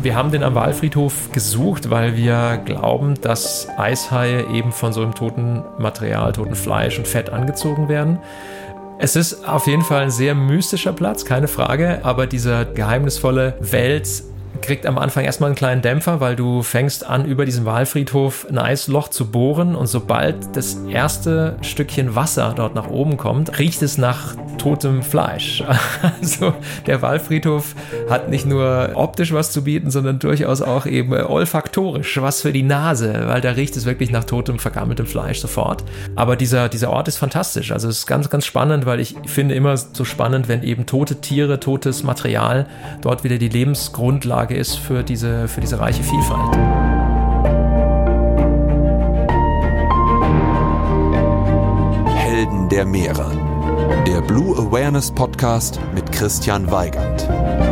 Wir haben den am Walfriedhof gesucht, weil wir glauben, dass Eishaie eben von so einem toten Material, toten Fleisch und Fett angezogen werden. Es ist auf jeden Fall ein sehr mystischer Platz, keine Frage, aber diese geheimnisvolle Welt kriegt am Anfang erstmal einen kleinen Dämpfer, weil du fängst an, über diesem Walfriedhof ein Eisloch zu bohren und sobald das erste Stückchen Wasser dort nach oben kommt, riecht es nach totem Fleisch. Also der Walfriedhof hat nicht nur optisch was zu bieten, sondern durchaus auch eben olfaktorisch was für die Nase, weil da riecht es wirklich nach totem, vergammeltem Fleisch sofort. Aber dieser Ort ist fantastisch, also es ist ganz, ganz spannend, weil ich finde immer so spannend, wenn eben tote Tiere, totes Material dort wieder die Lebensgrundlage ist für diese reiche Vielfalt. Helden der Meere. Der Blue Awareness Podcast mit Christian Weigand.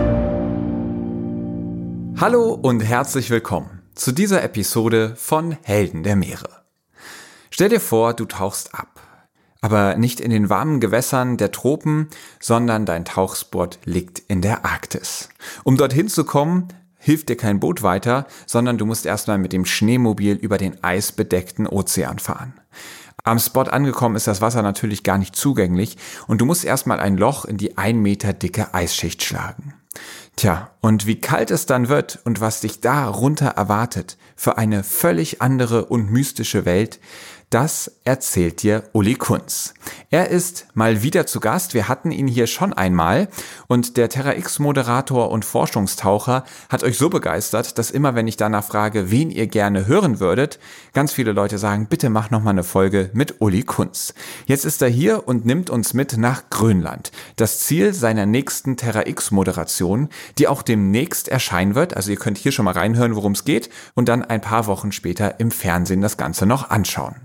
Hallo und herzlich willkommen zu dieser Episode von Helden der Meere. Stell dir vor, du tauchst ab. Aber nicht in den warmen Gewässern der Tropen, sondern dein Tauchspot liegt in der Arktis. Um dorthin zu kommen, hilft dir kein Boot weiter, sondern du musst erstmal mit dem Schneemobil über den eisbedeckten Ozean fahren. Am Spot angekommen ist das Wasser natürlich gar nicht zugänglich und du musst erstmal ein Loch in die 1 Meter dicke Eisschicht schlagen. Tja, und wie kalt es dann wird und was dich da runter erwartet für eine völlig andere und mystische Welt, das erzählt dir Uli Kunz. Er ist mal wieder zu Gast, wir hatten ihn hier schon einmal und der Terra X-Moderator und Forschungstaucher hat euch so begeistert, dass immer wenn ich danach frage, wen ihr gerne hören würdet, ganz viele Leute sagen, bitte mach nochmal eine Folge mit Uli Kunz. Jetzt ist er hier und nimmt uns mit nach Grönland. Das Ziel seiner nächsten Terra X-Moderation, die auch demnächst erscheinen wird, also ihr könnt hier schon mal reinhören, worum es geht und dann ein paar Wochen später im Fernsehen das Ganze noch anschauen.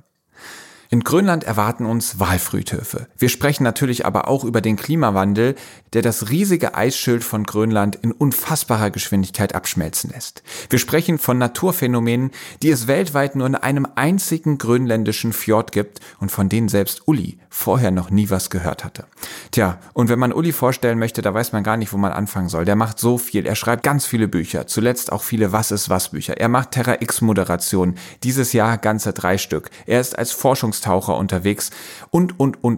In Grönland erwarten uns Walfriedhöfe. Wir sprechen natürlich aber auch über den Klimawandel, der das riesige Eisschild von Grönland in unfassbarer Geschwindigkeit abschmelzen lässt. Wir sprechen von Naturphänomenen, die es weltweit nur in einem einzigen grönländischen Fjord gibt und von denen selbst Uli vorher noch nie was gehört hatte. Tja, und wenn man Uli vorstellen möchte, da weiß man gar nicht, wo man anfangen soll. Der macht so viel, er schreibt ganz viele Bücher, zuletzt auch viele Was-ist-was-Bücher. Er macht Terra X-Moderationen, dieses Jahr ganze 3 Stück. Er ist als Forschungstaucher unterwegs und.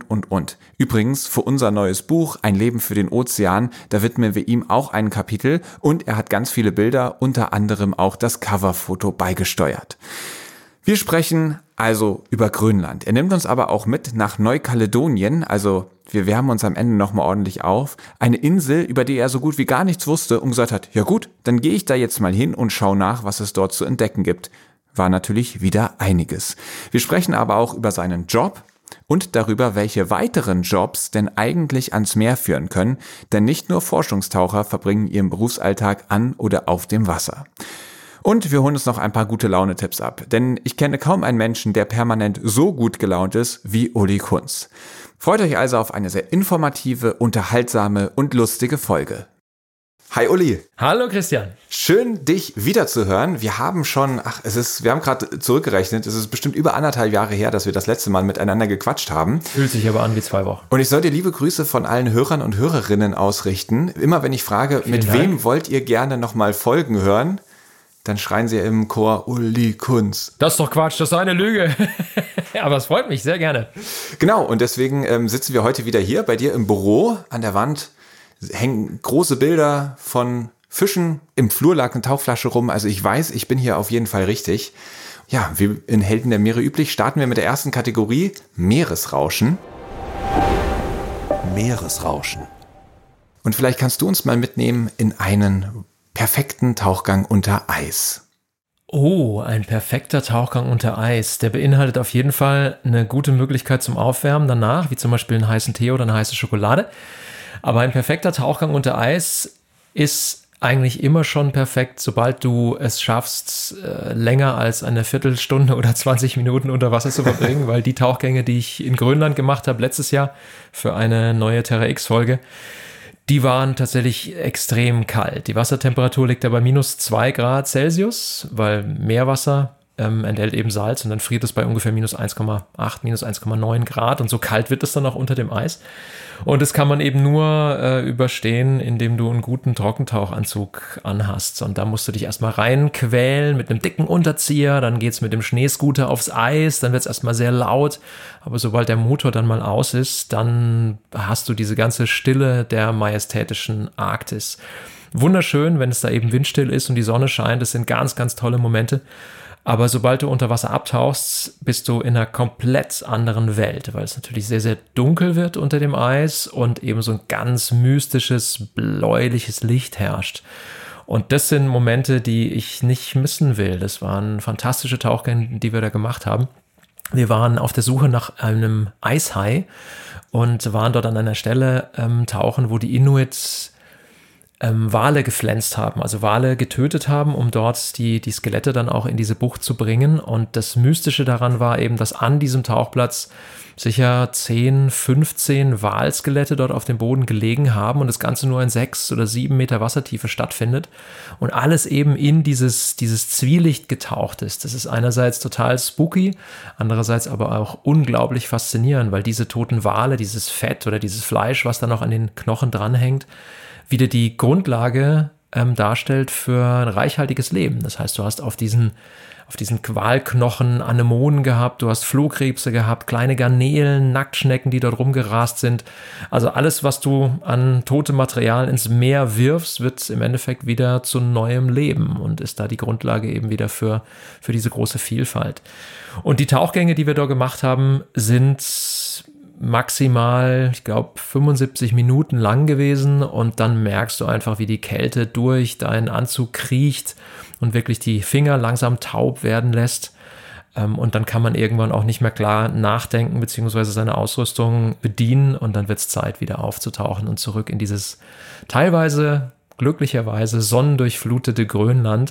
Übrigens, für unser neues Buch, Ein Leben für den Ozean, da widmen wir ihm auch ein Kapitel und er hat ganz viele Bilder, unter anderem auch das Coverfoto beigesteuert. Wir sprechen also über Grönland. Er nimmt uns aber auch mit nach Neukaledonien, also wir wärmen uns am Ende nochmal ordentlich auf, eine Insel, über die er so gut wie gar nichts wusste und gesagt hat, ja gut, dann gehe ich da jetzt mal hin und schaue nach, was es dort zu entdecken gibt. War natürlich wieder einiges. Wir sprechen aber auch über seinen Job und darüber, welche weiteren Jobs denn eigentlich ans Meer führen können, denn nicht nur Forschungstaucher verbringen ihren Berufsalltag an oder auf dem Wasser. Und wir holen uns noch ein paar gute Laune-Tipps ab, denn ich kenne kaum einen Menschen, der permanent so gut gelaunt ist wie Uli Kunz. Freut euch also auf eine sehr informative, unterhaltsame und lustige Folge. Hi Uli. Hallo Christian. Schön, dich wiederzuhören. Wir haben schon, wir haben gerade zurückgerechnet, es ist bestimmt über 1,5 Jahre her, dass wir das letzte Mal miteinander gequatscht haben. Fühlt sich aber an wie 2 Wochen. Und ich soll dir liebe Grüße von allen Hörern und Hörerinnen ausrichten. Immer wenn ich frage, mit wem wollt ihr gerne nochmal Folgen hören, dann schreien sie im Chor Uli Kunz. Das ist doch Quatsch, das ist eine Lüge. Aber es freut mich, sehr gerne. Genau, und deswegen sitzen wir heute wieder hier bei dir im Büro. An der Wand hängen große Bilder von Fischen. Im Flur lag eine Tauchflasche rum. Also ich weiß, ich bin hier auf jeden Fall richtig. Ja, wie in Helden der Meere üblich, starten wir mit der ersten Kategorie, Meeresrauschen. Meeresrauschen. Und vielleicht kannst du uns mal mitnehmen in einen perfekten Tauchgang unter Eis. Oh, ein perfekter Tauchgang unter Eis. Der beinhaltet auf jeden Fall eine gute Möglichkeit zum Aufwärmen danach, wie zum Beispiel einen heißen Tee oder eine heiße Schokolade. Aber ein perfekter Tauchgang unter Eis ist eigentlich immer schon perfekt, sobald du es schaffst, länger als eine Viertelstunde oder 20 Minuten unter Wasser zu verbringen, weil die Tauchgänge, die ich in Grönland gemacht habe letztes Jahr für eine neue Terra X-Folge, die waren tatsächlich extrem kalt. Die Wassertemperatur liegt da bei -2 Grad Celsius, weil Meerwasser enthält eben Salz und dann friert es bei ungefähr minus 1,8, minus 1,9 Grad und so kalt wird es dann auch unter dem Eis. Und das kann man eben nur überstehen, indem du einen guten Trockentauchanzug anhast. Und da musst du dich erstmal reinquälen mit einem dicken Unterzieher, dann geht's mit dem Schneescooter aufs Eis, dann wird's erstmal sehr laut. Aber sobald der Motor dann mal aus ist, dann hast du diese ganze Stille der majestätischen Arktis. Wunderschön, wenn es da eben windstill ist und die Sonne scheint. Das sind ganz, ganz tolle Momente. Aber sobald du unter Wasser abtauchst, bist du in einer komplett anderen Welt, weil es natürlich sehr, sehr dunkel wird unter dem Eis und eben so ein ganz mystisches, bläuliches Licht herrscht. Und das sind Momente, die ich nicht missen will. Das waren fantastische Tauchgänge, die wir da gemacht haben. Wir waren auf der Suche nach einem Eishai und waren dort an einer Stelle tauchen, wo die Inuit Wale gepflanzt haben, also Wale getötet haben, um dort die Skelette dann auch in diese Bucht zu bringen. Und das Mystische daran war eben, dass an diesem Tauchplatz sicher 10, 15 Walskelette dort auf dem Boden gelegen haben und das Ganze nur in 6 oder 7 Meter Wassertiefe stattfindet und alles eben in dieses Zwielicht getaucht ist. Das ist einerseits total spooky, andererseits aber auch unglaublich faszinierend, weil diese toten Wale, dieses Fett oder dieses Fleisch, was da noch an den Knochen dranhängt, wieder die Grundlage darstellt für ein reichhaltiges Leben. Das heißt, du hast auf diesen Walknochen Anemonen gehabt, du hast Flohkrebse gehabt, kleine Garnelen, Nacktschnecken, die dort rumgerast sind. Also alles, was du an totem Material ins Meer wirfst, wird im Endeffekt wieder zu neuem Leben und ist da die Grundlage eben wieder für diese große Vielfalt. Und die Tauchgänge, die wir dort gemacht haben, sind maximal, ich glaube, 75 Minuten lang gewesen und dann merkst du einfach, wie die Kälte durch deinen Anzug kriecht und wirklich die Finger langsam taub werden lässt. Und dann kann man irgendwann auch nicht mehr klar nachdenken beziehungsweise seine Ausrüstung bedienen und dann wird es Zeit, wieder aufzutauchen und zurück in dieses teilweise, glücklicherweise, sonnendurchflutete Grönland.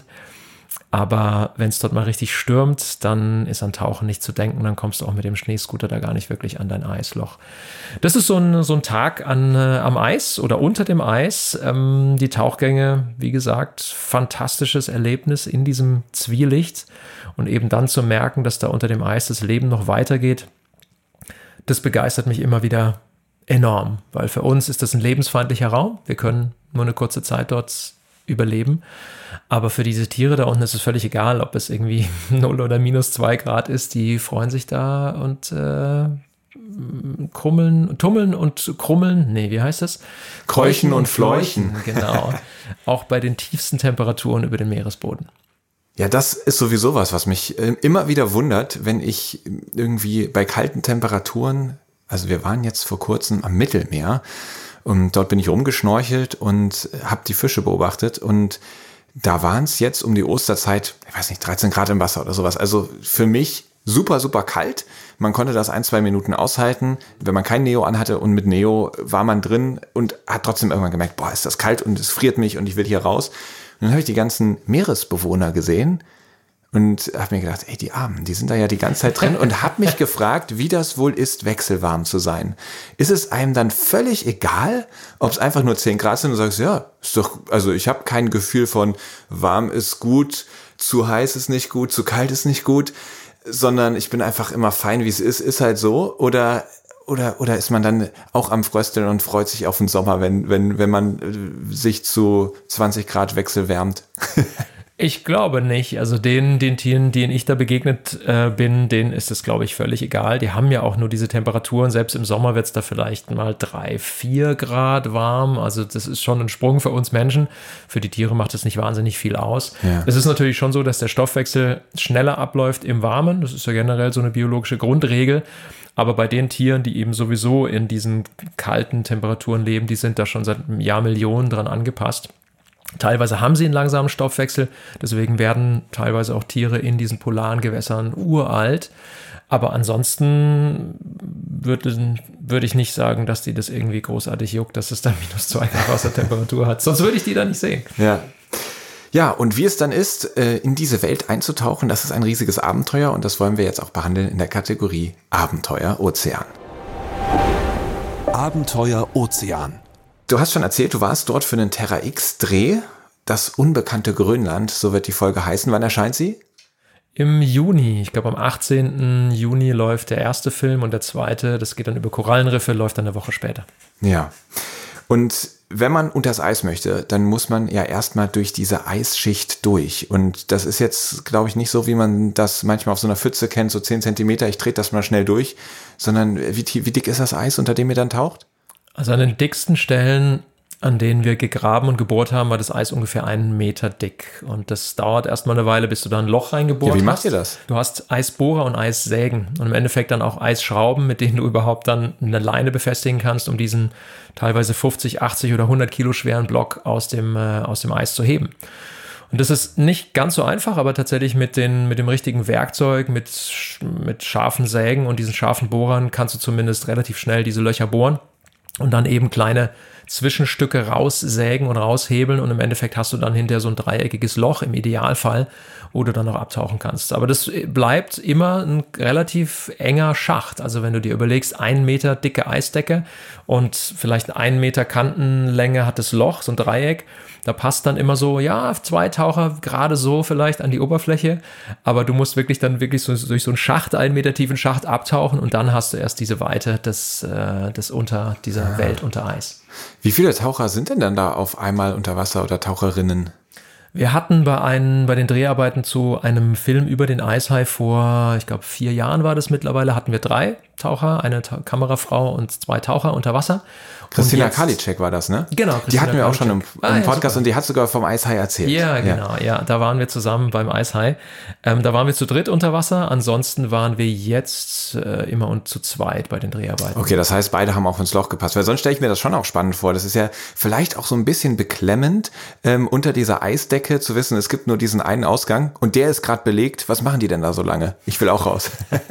Aber wenn es dort mal richtig stürmt, dann ist an Tauchen nicht zu denken, dann kommst du auch mit dem Schneescooter da gar nicht wirklich an dein Eisloch. Das ist so ein Tag am Eis oder unter dem Eis. Die Tauchgänge, wie gesagt, fantastisches Erlebnis in diesem Zwielicht und eben dann zu merken, dass da unter dem Eis das Leben noch weitergeht, das begeistert mich immer wieder enorm, weil für uns ist das ein lebensfeindlicher Raum. Wir können nur eine kurze Zeit dort überleben. Aber für diese Tiere da unten ist es völlig egal, ob es irgendwie 0 oder minus 2 Grad ist. Die freuen sich da und tummeln und krummeln. Nee, wie heißt das? Keuchen und fleuchen. Genau. Auch bei den tiefsten Temperaturen über dem Meeresboden. Ja, das ist sowieso was mich immer wieder wundert, wenn ich irgendwie bei kalten Temperaturen, also wir waren jetzt vor kurzem am Mittelmeer und dort bin ich rumgeschnorchelt und habe die Fische beobachtet und da waren es jetzt um die Osterzeit, ich weiß nicht, 13 Grad im Wasser oder sowas. Also für mich super, super kalt. Man konnte das 1-2 Minuten aushalten, wenn man kein Neo anhatte und mit Neo war man drin und hat trotzdem irgendwann gemerkt, boah, ist das kalt und es friert mich und ich will hier raus. Und dann habe ich die ganzen Meeresbewohner gesehen und habe mir gedacht, ey, die Armen, die sind da ja die ganze Zeit drin und habe mich gefragt, wie das wohl ist, wechselwarm zu sein. Ist es einem dann völlig egal, ob es einfach nur 10 Grad sind und du sagst, ja, ist doch, also ich habe kein Gefühl von warm ist gut, zu heiß ist nicht gut, zu kalt ist nicht gut, sondern ich bin einfach immer fein, wie es ist halt so, oder ist man dann auch am Frösteln und freut sich auf den Sommer, wenn man sich zu 20 Grad wechselwärmt? Ich glaube nicht. Also den Tieren, denen ich da begegnet bin, denen ist es, glaube ich, völlig egal. Die haben ja auch nur diese Temperaturen. Selbst im Sommer wird es da vielleicht mal 3-4 Grad warm. Also das ist schon ein Sprung für uns Menschen. Für die Tiere macht es nicht wahnsinnig viel aus. Ja. Es ist natürlich schon so, dass der Stoffwechsel schneller abläuft im Warmen. Das ist ja generell so eine biologische Grundregel. Aber bei den Tieren, die eben sowieso in diesen kalten Temperaturen leben, die sind da schon seit Jahrmillionen dran angepasst. Teilweise haben sie einen langsamen Stoffwechsel, deswegen werden teilweise auch Tiere in diesen polaren Gewässern uralt. Aber ansonsten würde ich nicht sagen, dass die das irgendwie großartig juckt, dass es da minus 2 Grad Wassertemperatur hat. Sonst würde ich die da nicht sehen. Ja, und wie es dann ist, in diese Welt einzutauchen, das ist ein riesiges Abenteuer und das wollen wir jetzt auch behandeln in der Kategorie Abenteuer Ozean. Abenteuer Ozean. Du hast schon erzählt, du warst dort für einen Terra X-Dreh, das unbekannte Grönland, so wird die Folge heißen. Wann erscheint sie? Im Juni, ich glaube am 18. Juni läuft der erste Film und der zweite, das geht dann über Korallenriffe, läuft dann eine Woche später. Ja, und wenn man unters Eis möchte, dann muss man ja erstmal durch diese Eisschicht durch. Und das ist jetzt, glaube ich, nicht so, wie man das manchmal auf so einer Pfütze kennt, so 10 Zentimeter, ich trete das mal schnell durch, sondern wie dick ist das Eis, unter dem ihr dann taucht? Also an den dicksten Stellen, an denen wir gegraben und gebohrt haben, war das Eis ungefähr 1 Meter dick. Und das dauert erstmal eine Weile, bis du da ein Loch reingebohrt hast. Ja, wie macht ihr das? Du hast Eisbohrer und Eissägen und im Endeffekt dann auch Eisschrauben, mit denen du überhaupt dann eine Leine befestigen kannst, um diesen teilweise 50, 80 oder 100 Kilo schweren Block aus dem Eis zu heben. Und das ist nicht ganz so einfach, aber tatsächlich mit dem richtigen Werkzeug, mit scharfen Sägen und diesen scharfen Bohrern kannst du zumindest relativ schnell diese Löcher bohren und dann eben kleine Zwischenstücke raussägen und raushebeln und im Endeffekt hast du dann hinterher so ein dreieckiges Loch im Idealfall, wo du dann noch abtauchen kannst. Aber das bleibt immer ein relativ enger Schacht. Also wenn du dir überlegst, 1 Meter dicke Eisdecke und vielleicht 1 Meter Kantenlänge hat das Loch, so ein Dreieck, da passt dann immer so, 2 Taucher gerade so vielleicht an die Oberfläche, aber du musst wirklich so durch so einen Schacht, 1 Meter tiefen Schacht abtauchen und dann hast du erst diese Weite des unter dieser Welt unter Eis. Wie viele Taucher sind denn dann da auf einmal unter Wasser oder Taucherinnen? Wir hatten bei den Dreharbeiten zu einem Film über den Eishai vor, ich glaube 4 Jahren war das mittlerweile, hatten wir 3 Taucher, eine Kamerafrau und 2 Taucher unter Wasser. Christina Karliczek war das, ne? Genau. Die hatten wir auch schon im Podcast super. Und die hat sogar vom Eishai erzählt. Ja, genau. Ja, da waren wir zusammen beim Eishai. Da waren wir zu dritt unter Wasser. Ansonsten waren wir jetzt immer und zu zweit bei den Dreharbeiten. Okay, das heißt, beide haben auch ins Loch gepasst. Weil sonst stelle ich mir das schon auch spannend vor. Das ist ja vielleicht auch so ein bisschen beklemmend, unter dieser Eisdecke zu wissen, es gibt nur diesen einen Ausgang und der ist gerade belegt. Was machen die denn da so lange? Ich will auch raus.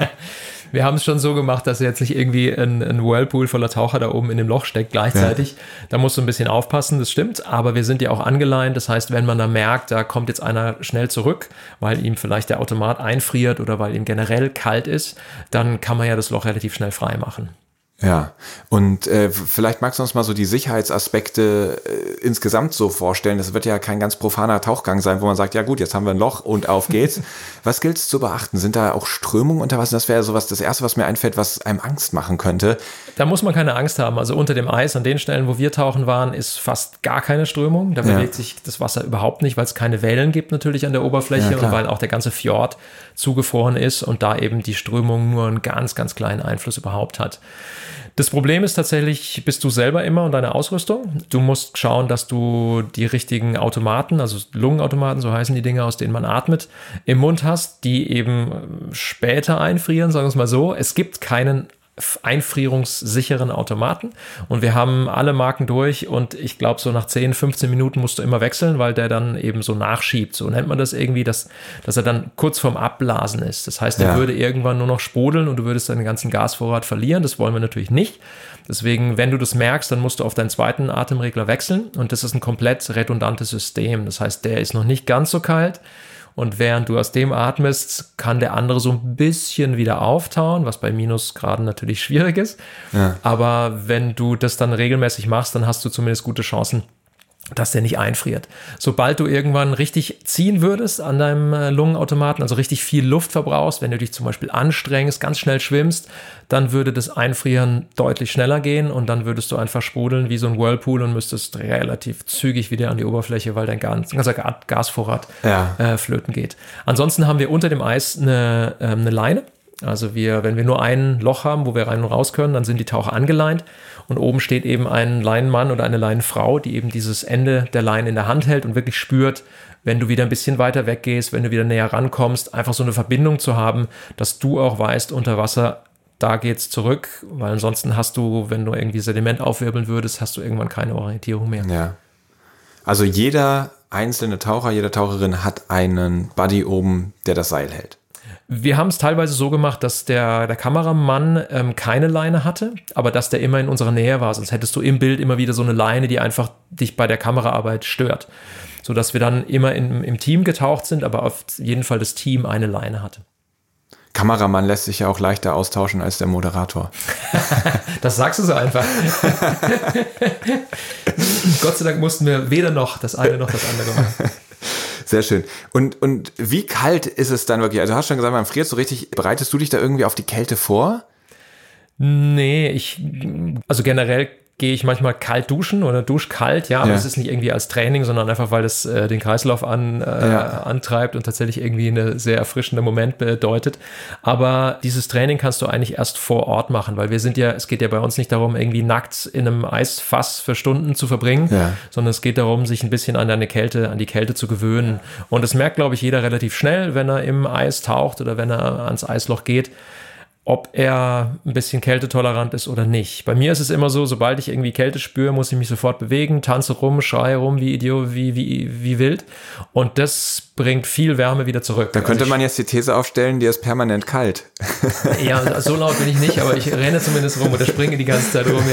Wir haben es schon so gemacht, dass jetzt nicht irgendwie ein Whirlpool voller Taucher da oben in dem Loch steckt gleichzeitig. Ja. Da musst du ein bisschen aufpassen, das stimmt. Aber wir sind ja auch angeleint. Das heißt, wenn man da merkt, da kommt jetzt einer schnell zurück, weil ihm vielleicht der Automat einfriert oder weil ihm generell kalt ist, dann kann man ja das Loch relativ schnell frei machen. Ja, und vielleicht magst du uns mal so die Sicherheitsaspekte insgesamt so vorstellen. Das wird ja kein ganz profaner Tauchgang sein, wo man sagt, ja gut, jetzt haben wir ein Loch und auf geht's. Was gilt es zu beachten? Sind da auch Strömungen unter Wasser? Das wäre sowas, das Erste, was mir einfällt, was einem Angst machen könnte. Da muss man keine Angst haben. Also unter dem Eis, an den Stellen, wo wir tauchen waren, ist fast gar keine Strömung. Da bewegt sich das Wasser überhaupt nicht, weil es keine Wellen gibt natürlich an der Oberfläche und weil auch der ganze Fjord zugefroren ist und da eben die Strömung nur einen ganz, ganz kleinen Einfluss überhaupt hat. Das Problem ist tatsächlich, bist du selber immer und deine Ausrüstung. Du musst schauen, dass du die richtigen Automaten, also Lungenautomaten, so heißen die Dinge, aus denen man atmet, im Mund hast, die eben später einfrieren, sagen wir es mal so. Es gibt keinen einfrierungssicheren Automaten und wir haben alle Marken durch und ich glaube so nach 10, 15 Minuten musst du immer wechseln, weil der dann eben so nachschiebt. So nennt man das irgendwie, dass er dann kurz vorm Abblasen ist. Das heißt, der würde irgendwann nur noch sprudeln und du würdest deinen ganzen Gasvorrat verlieren. Das wollen wir natürlich nicht. Deswegen, wenn du das merkst, dann musst du auf deinen zweiten Atemregler wechseln und das ist ein komplett redundantes System. Das heißt, der ist noch nicht ganz so kalt. Und während du aus dem atmest, kann der andere so ein bisschen wieder auftauen, was bei Minusgraden natürlich schwierig ist. Ja. Aber wenn du das dann regelmäßig machst, dann hast du zumindest gute Chancen, dass der nicht einfriert. Sobald du irgendwann richtig ziehen würdest an deinem Lungenautomaten, also richtig viel Luft verbrauchst, wenn du dich zum Beispiel anstrengst, ganz schnell schwimmst, dann würde das Einfrieren deutlich schneller gehen und dann würdest du einfach sprudeln wie so ein Whirlpool und müsstest relativ zügig wieder an die Oberfläche, weil dein ganzer Gasvorrat flöten geht. Ansonsten haben wir unter dem Eis eine Leine. Also wenn wir nur ein Loch haben, wo wir rein und raus können, dann sind die Taucher angeleint und oben steht eben ein Leinenmann oder eine Leinenfrau, die eben dieses Ende der Leine in der Hand hält und wirklich spürt, wenn du wieder ein bisschen weiter weggehst, wenn du wieder näher rankommst, einfach so eine Verbindung zu haben, dass du auch weißt, unter Wasser, da geht's zurück, weil ansonsten hast du, wenn du irgendwie Sediment aufwirbeln würdest, hast du irgendwann keine Orientierung mehr. Ja. Also jeder einzelne Taucher, jede Taucherin hat einen Buddy oben, der das Seil hält. Wir haben es teilweise so gemacht, dass der Kameramann keine Leine hatte, aber dass der immer in unserer Nähe war. Sonst hättest du im Bild immer wieder so eine Leine, die einfach dich bei der Kameraarbeit stört. Sodass wir dann immer im Team getaucht sind, aber auf jeden Fall das Team eine Leine hatte. Kameramann lässt sich ja auch leichter austauschen als der Moderator. Das sagst du so einfach. Gott sei Dank mussten wir weder noch das eine noch das andere machen. Sehr schön. Und wie kalt ist es dann wirklich? Also du hast schon gesagt, man friert so richtig. Bereitest du dich da irgendwie auf die Kälte vor? Nee, also generell gehe ich manchmal kalt duschen oder dusche kalt, aber es ist nicht irgendwie als Training, sondern einfach, weil es den Kreislauf antreibt und tatsächlich irgendwie eine sehr erfrischende Moment bedeutet. Aber dieses Training kannst du eigentlich erst vor Ort machen, weil es geht ja bei uns nicht darum, irgendwie nackt in einem Eisfass für Stunden zu verbringen, sondern es geht darum, sich ein bisschen an die Kälte zu gewöhnen. Und das merkt, glaube ich, jeder relativ schnell, wenn er im Eis taucht oder wenn er ans Eisloch geht, ob er ein bisschen kältetolerant ist oder nicht. Bei mir ist es immer so, sobald ich irgendwie Kälte spüre, muss ich mich sofort bewegen, tanze rum, schreie rum wie Idiot, wie wild. Und das bringt viel Wärme wieder zurück. Da könnte man jetzt die These aufstellen, dir ist permanent kalt. Ja, so laut bin ich nicht, aber ich renne zumindest rum oder springe die ganze Zeit rum,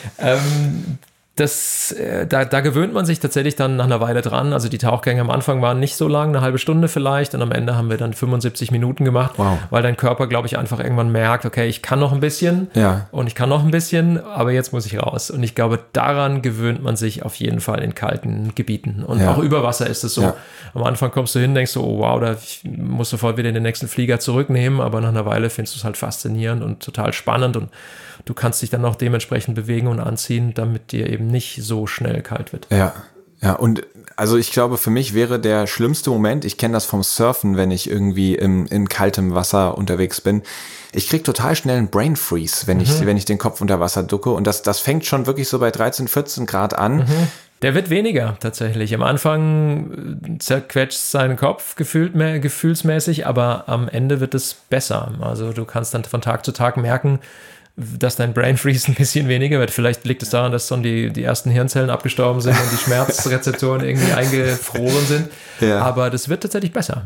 Da gewöhnt man sich tatsächlich dann nach einer Weile dran. Also die Tauchgänge am Anfang waren nicht so lang, eine halbe Stunde vielleicht, und am Ende haben wir dann 75 Minuten gemacht, weil dein Körper, glaube ich, einfach irgendwann merkt, okay, ich kann noch ein bisschen und ich kann noch ein bisschen, aber jetzt muss ich raus. Und ich glaube, daran gewöhnt man sich auf jeden Fall in kalten Gebieten. Und auch über Wasser ist es so. Ja. Am Anfang kommst du hin, denkst du, oh wow, ich muss sofort wieder den nächsten Flieger zurücknehmen, aber nach einer Weile findest du es halt faszinierend und total spannend und du kannst dich dann auch dementsprechend bewegen und anziehen, damit dir eben nicht so schnell kalt wird. Ja, und also ich glaube, für mich wäre der schlimmste Moment, ich kenne das vom Surfen, wenn ich irgendwie in kaltem Wasser unterwegs bin, ich kriege total schnell einen Brain Freeze, wenn ich den Kopf unter Wasser ducke, und das fängt schon wirklich so bei 13, 14 Grad an. Der wird weniger tatsächlich. Am Anfang zerquetscht seinen Kopf gefühlsmäßig, aber am Ende wird es besser. Also du kannst dann von Tag zu Tag merken, dass dein Brain Freeze ein bisschen weniger wird. Vielleicht liegt es daran, dass schon die ersten Hirnzellen abgestorben sind und die Schmerzrezeptoren irgendwie eingefroren sind. Aber das wird tatsächlich besser.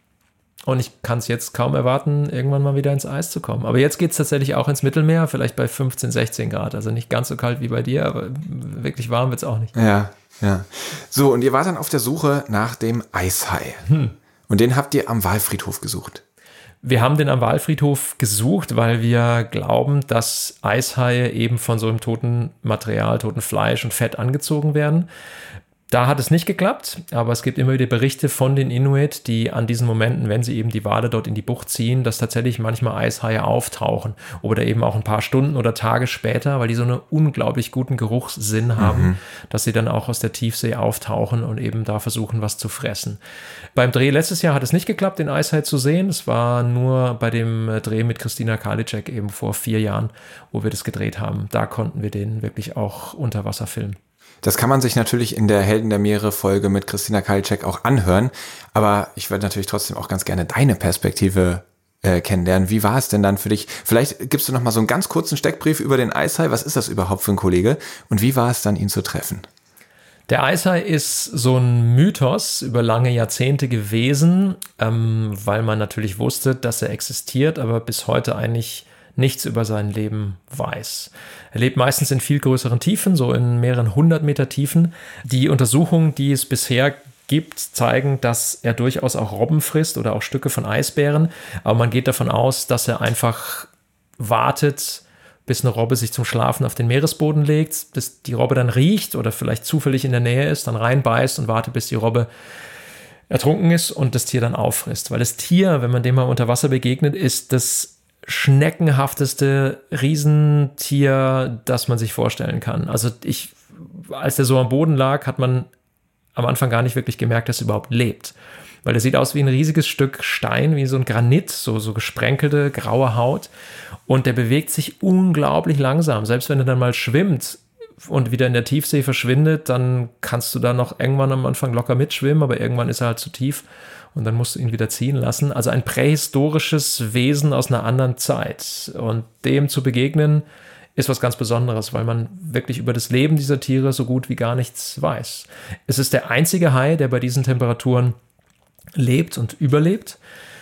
Und ich kann es jetzt kaum erwarten, irgendwann mal wieder ins Eis zu kommen. Aber jetzt geht es tatsächlich auch ins Mittelmeer, vielleicht bei 15, 16 Grad. Also nicht ganz so kalt wie bei dir, aber wirklich warm wird es auch nicht. Ja. So, und ihr wart dann auf der Suche nach dem Eishai. Und den habt ihr am Walfriedhof gesucht. Wir haben den am Walfriedhof gesucht, weil wir glauben, dass Eishaie eben von so einem toten Material, toten Fleisch und Fett angezogen werden. Da hat es nicht geklappt, aber es gibt immer wieder Berichte von den Inuit, die an diesen Momenten, wenn sie eben die Wale dort in die Bucht ziehen, dass tatsächlich manchmal Eishaie auftauchen oder eben auch ein paar Stunden oder Tage später, weil die so einen unglaublich guten Geruchssinn haben, dass sie dann auch aus der Tiefsee auftauchen und eben da versuchen, was zu fressen. Beim Dreh letztes Jahr hat es nicht geklappt, den Eishai zu sehen. Es war nur bei dem Dreh mit Christina Karliczek eben vor 4 Jahren, wo wir das gedreht haben. Da konnten wir den wirklich auch unter Wasser filmen. Das kann man sich natürlich in der Helden der Meere-Folge mit Christina Karliczek auch anhören, aber ich würde natürlich trotzdem auch ganz gerne deine Perspektive kennenlernen. Wie war es denn dann für dich? Vielleicht gibst du noch mal so einen ganz kurzen Steckbrief über den Eishai. Was ist das überhaupt für ein Kollege? Und wie war es dann, ihn zu treffen? Der Eishai ist so ein Mythos über lange Jahrzehnte gewesen, weil man natürlich wusste, dass er existiert, aber bis heute eigentlich nichts über sein Leben weiß. Er lebt meistens in viel größeren Tiefen, so in mehreren 100 Meter Tiefen. Die Untersuchungen, die es bisher gibt, zeigen, dass er durchaus auch Robben frisst oder auch Stücke von Eisbären. Aber man geht davon aus, dass er einfach wartet, bis eine Robbe sich zum Schlafen auf den Meeresboden legt, bis die Robbe dann riecht oder vielleicht zufällig in der Nähe ist, dann reinbeißt und wartet, bis die Robbe ertrunken ist und das Tier dann auffrisst. Weil das Tier, wenn man dem mal unter Wasser begegnet, ist das schneckenhafteste Riesentier, das man sich vorstellen kann. Also als der so am Boden lag, hat man am Anfang gar nicht wirklich gemerkt, dass er überhaupt lebt. Weil der sieht aus wie ein riesiges Stück Stein, wie so ein Granit, so gesprenkelte graue Haut. Und der bewegt sich unglaublich langsam. Selbst wenn er dann mal schwimmt und wieder in der Tiefsee verschwindet, dann kannst du da noch irgendwann am Anfang locker mitschwimmen, aber irgendwann ist er halt zu tief. Und dann musst du ihn wieder ziehen lassen. Also ein prähistorisches Wesen aus einer anderen Zeit. Und dem zu begegnen, ist was ganz Besonderes, weil man wirklich über das Leben dieser Tiere so gut wie gar nichts weiß. Es ist der einzige Hai, der bei diesen Temperaturen lebt und überlebt.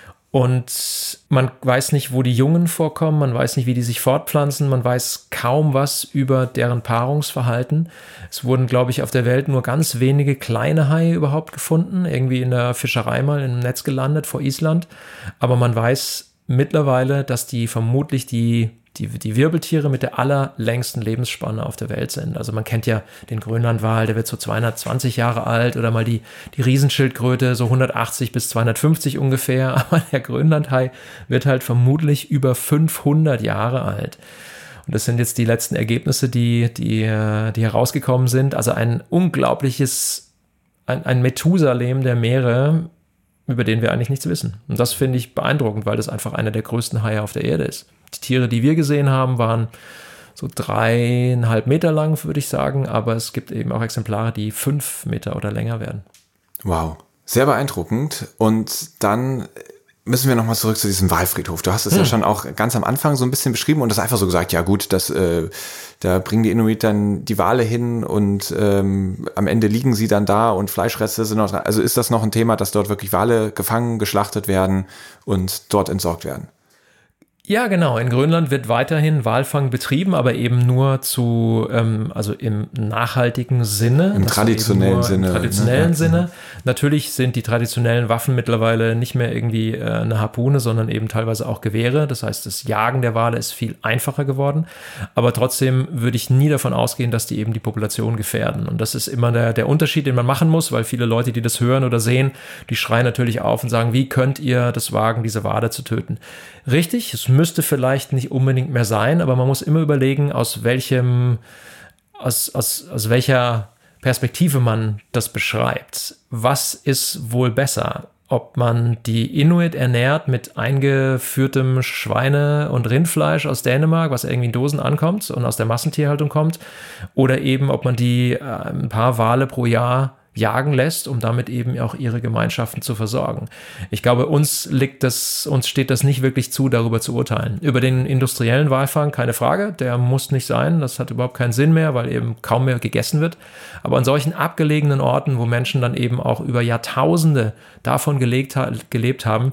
Und man weiß nicht, wo die Jungen vorkommen, man weiß nicht, wie die sich fortpflanzen, man weiß kaum was über deren Paarungsverhalten. Es wurden, glaube ich, auf der Welt nur ganz wenige kleine Haie überhaupt gefunden, irgendwie in der Fischerei mal im Netz gelandet vor Island. Aber man weiß mittlerweile, dass die vermutlich die die Wirbeltiere mit der allerlängsten Lebensspanne auf der Welt sind. Also man kennt ja den Grönlandwal, der wird so 220 Jahre alt, oder mal die Riesenschildkröte, so 180 bis 250 ungefähr. Aber der Grönlandhai wird halt vermutlich über 500 Jahre alt. Und das sind jetzt die letzten Ergebnisse, die herausgekommen sind. Also ein unglaubliches, ein Methusalem der Meere, über den wir eigentlich nichts wissen. Und das finde ich beeindruckend, weil das einfach einer der größten Haie auf der Erde ist. Die Tiere, die wir gesehen haben, waren so 3,5 Meter lang, würde ich sagen. Aber es gibt eben auch Exemplare, die 5 Meter oder länger werden. Wow, sehr beeindruckend. Und dann müssen wir nochmal zurück zu diesem Walfriedhof. Du hast es ja schon auch ganz am Anfang so ein bisschen beschrieben und das einfach so gesagt, ja gut, da bringen die Inuit dann die Wale hin und am Ende liegen sie dann da und Fleischreste sind noch dran. Also ist das noch ein Thema, dass dort wirklich Wale gefangen, geschlachtet werden und dort entsorgt werden? Ja, genau. In Grönland wird weiterhin Walfang betrieben, aber eben nur also im nachhaltigen Sinne. Im traditionellen Sinne. Im traditionellen Sinne. Natürlich sind die traditionellen Waffen mittlerweile nicht mehr irgendwie eine Harpune, sondern eben teilweise auch Gewehre. Das heißt, das Jagen der Wale ist viel einfacher geworden. Aber trotzdem würde ich nie davon ausgehen, dass die eben die Population gefährden. Und das ist immer der Unterschied, den man machen muss, weil viele Leute, die das hören oder sehen, die schreien natürlich auf und sagen, wie könnt ihr das wagen, diese Wale zu töten? Richtig, es müsste vielleicht nicht unbedingt mehr sein, aber man muss immer überlegen, aus welcher Perspektive man das beschreibt. Was ist wohl besser? Ob man die Inuit ernährt mit eingeführtem Schweine- und Rindfleisch aus Dänemark, was irgendwie in Dosen ankommt und aus der Massentierhaltung kommt, oder eben, ob man die ein paar Wale pro Jahr jagen lässt, um damit eben auch ihre Gemeinschaften zu versorgen. Ich glaube, uns steht das nicht wirklich zu, darüber zu urteilen. Über den industriellen Walfang, keine Frage, der muss nicht sein, das hat überhaupt keinen Sinn mehr, weil eben kaum mehr gegessen wird. Aber an solchen abgelegenen Orten, wo Menschen dann eben auch über Jahrtausende davon gelebt haben,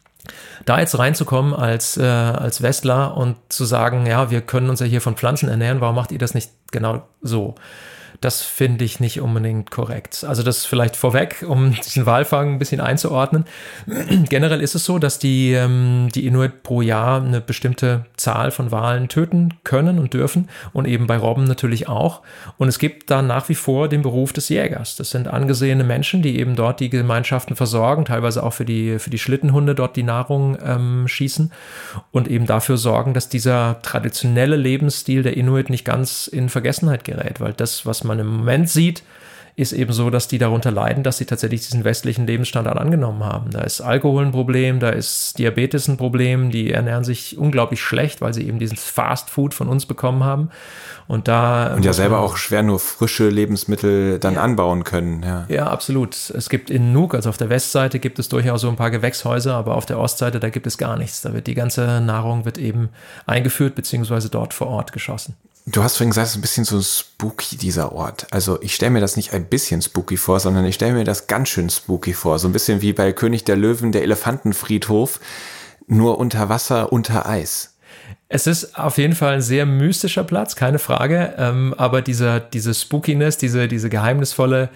da jetzt reinzukommen als Westler und zu sagen, ja, wir können uns ja hier von Pflanzen ernähren, warum macht ihr das nicht genau so? Das finde ich nicht unbedingt korrekt. Also das vielleicht vorweg, um diesen Walfang ein bisschen einzuordnen. Generell ist es so, dass die Inuit pro Jahr eine bestimmte Zahl von Walen töten können und dürfen und eben bei Robben natürlich auch. Und es gibt da nach wie vor den Beruf des Jägers. Das sind angesehene Menschen, die eben dort die Gemeinschaften versorgen, teilweise auch für die Schlittenhunde dort die Nahrung schießen und eben dafür sorgen, dass dieser traditionelle Lebensstil der Inuit nicht ganz in Vergessenheit gerät, weil das, was man im Moment sieht, ist eben so, dass die darunter leiden, dass sie tatsächlich diesen westlichen Lebensstandard angenommen haben. Da ist Alkohol ein Problem, da ist Diabetes ein Problem, die ernähren sich unglaublich schlecht, weil sie eben dieses Fast Food von uns bekommen haben. Und ja selber auch schwer nur frische Lebensmittel dann anbauen können. Ja, absolut. Es gibt in Nuuk, also auf der Westseite, gibt es durchaus so ein paar Gewächshäuser, aber auf der Ostseite, da gibt es gar nichts. Da wird die ganze Nahrung eben eingeführt, beziehungsweise dort vor Ort geschossen. Du hast vorhin gesagt, es ist ein bisschen so spooky, dieser Ort. Also ich stelle mir das nicht ein bisschen spooky vor, sondern ich stelle mir das ganz schön spooky vor. So ein bisschen wie bei König der Löwen, der Elefantenfriedhof, nur unter Wasser, unter Eis. Es ist auf jeden Fall ein sehr mystischer Platz, keine Frage. Aber diese Spookiness, diese geheimnisvolle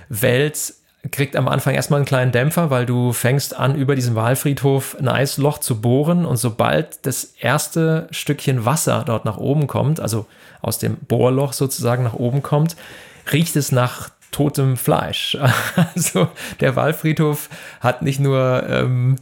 Welt kriegt am Anfang erstmal einen kleinen Dämpfer, weil du fängst an, über diesem Walfriedhof ein Eisloch zu bohren und sobald das erste Stückchen Wasser dort nach oben kommt, also aus dem Bohrloch sozusagen nach oben kommt, riecht es nach totem Fleisch. Also der Walfriedhof hat nicht nur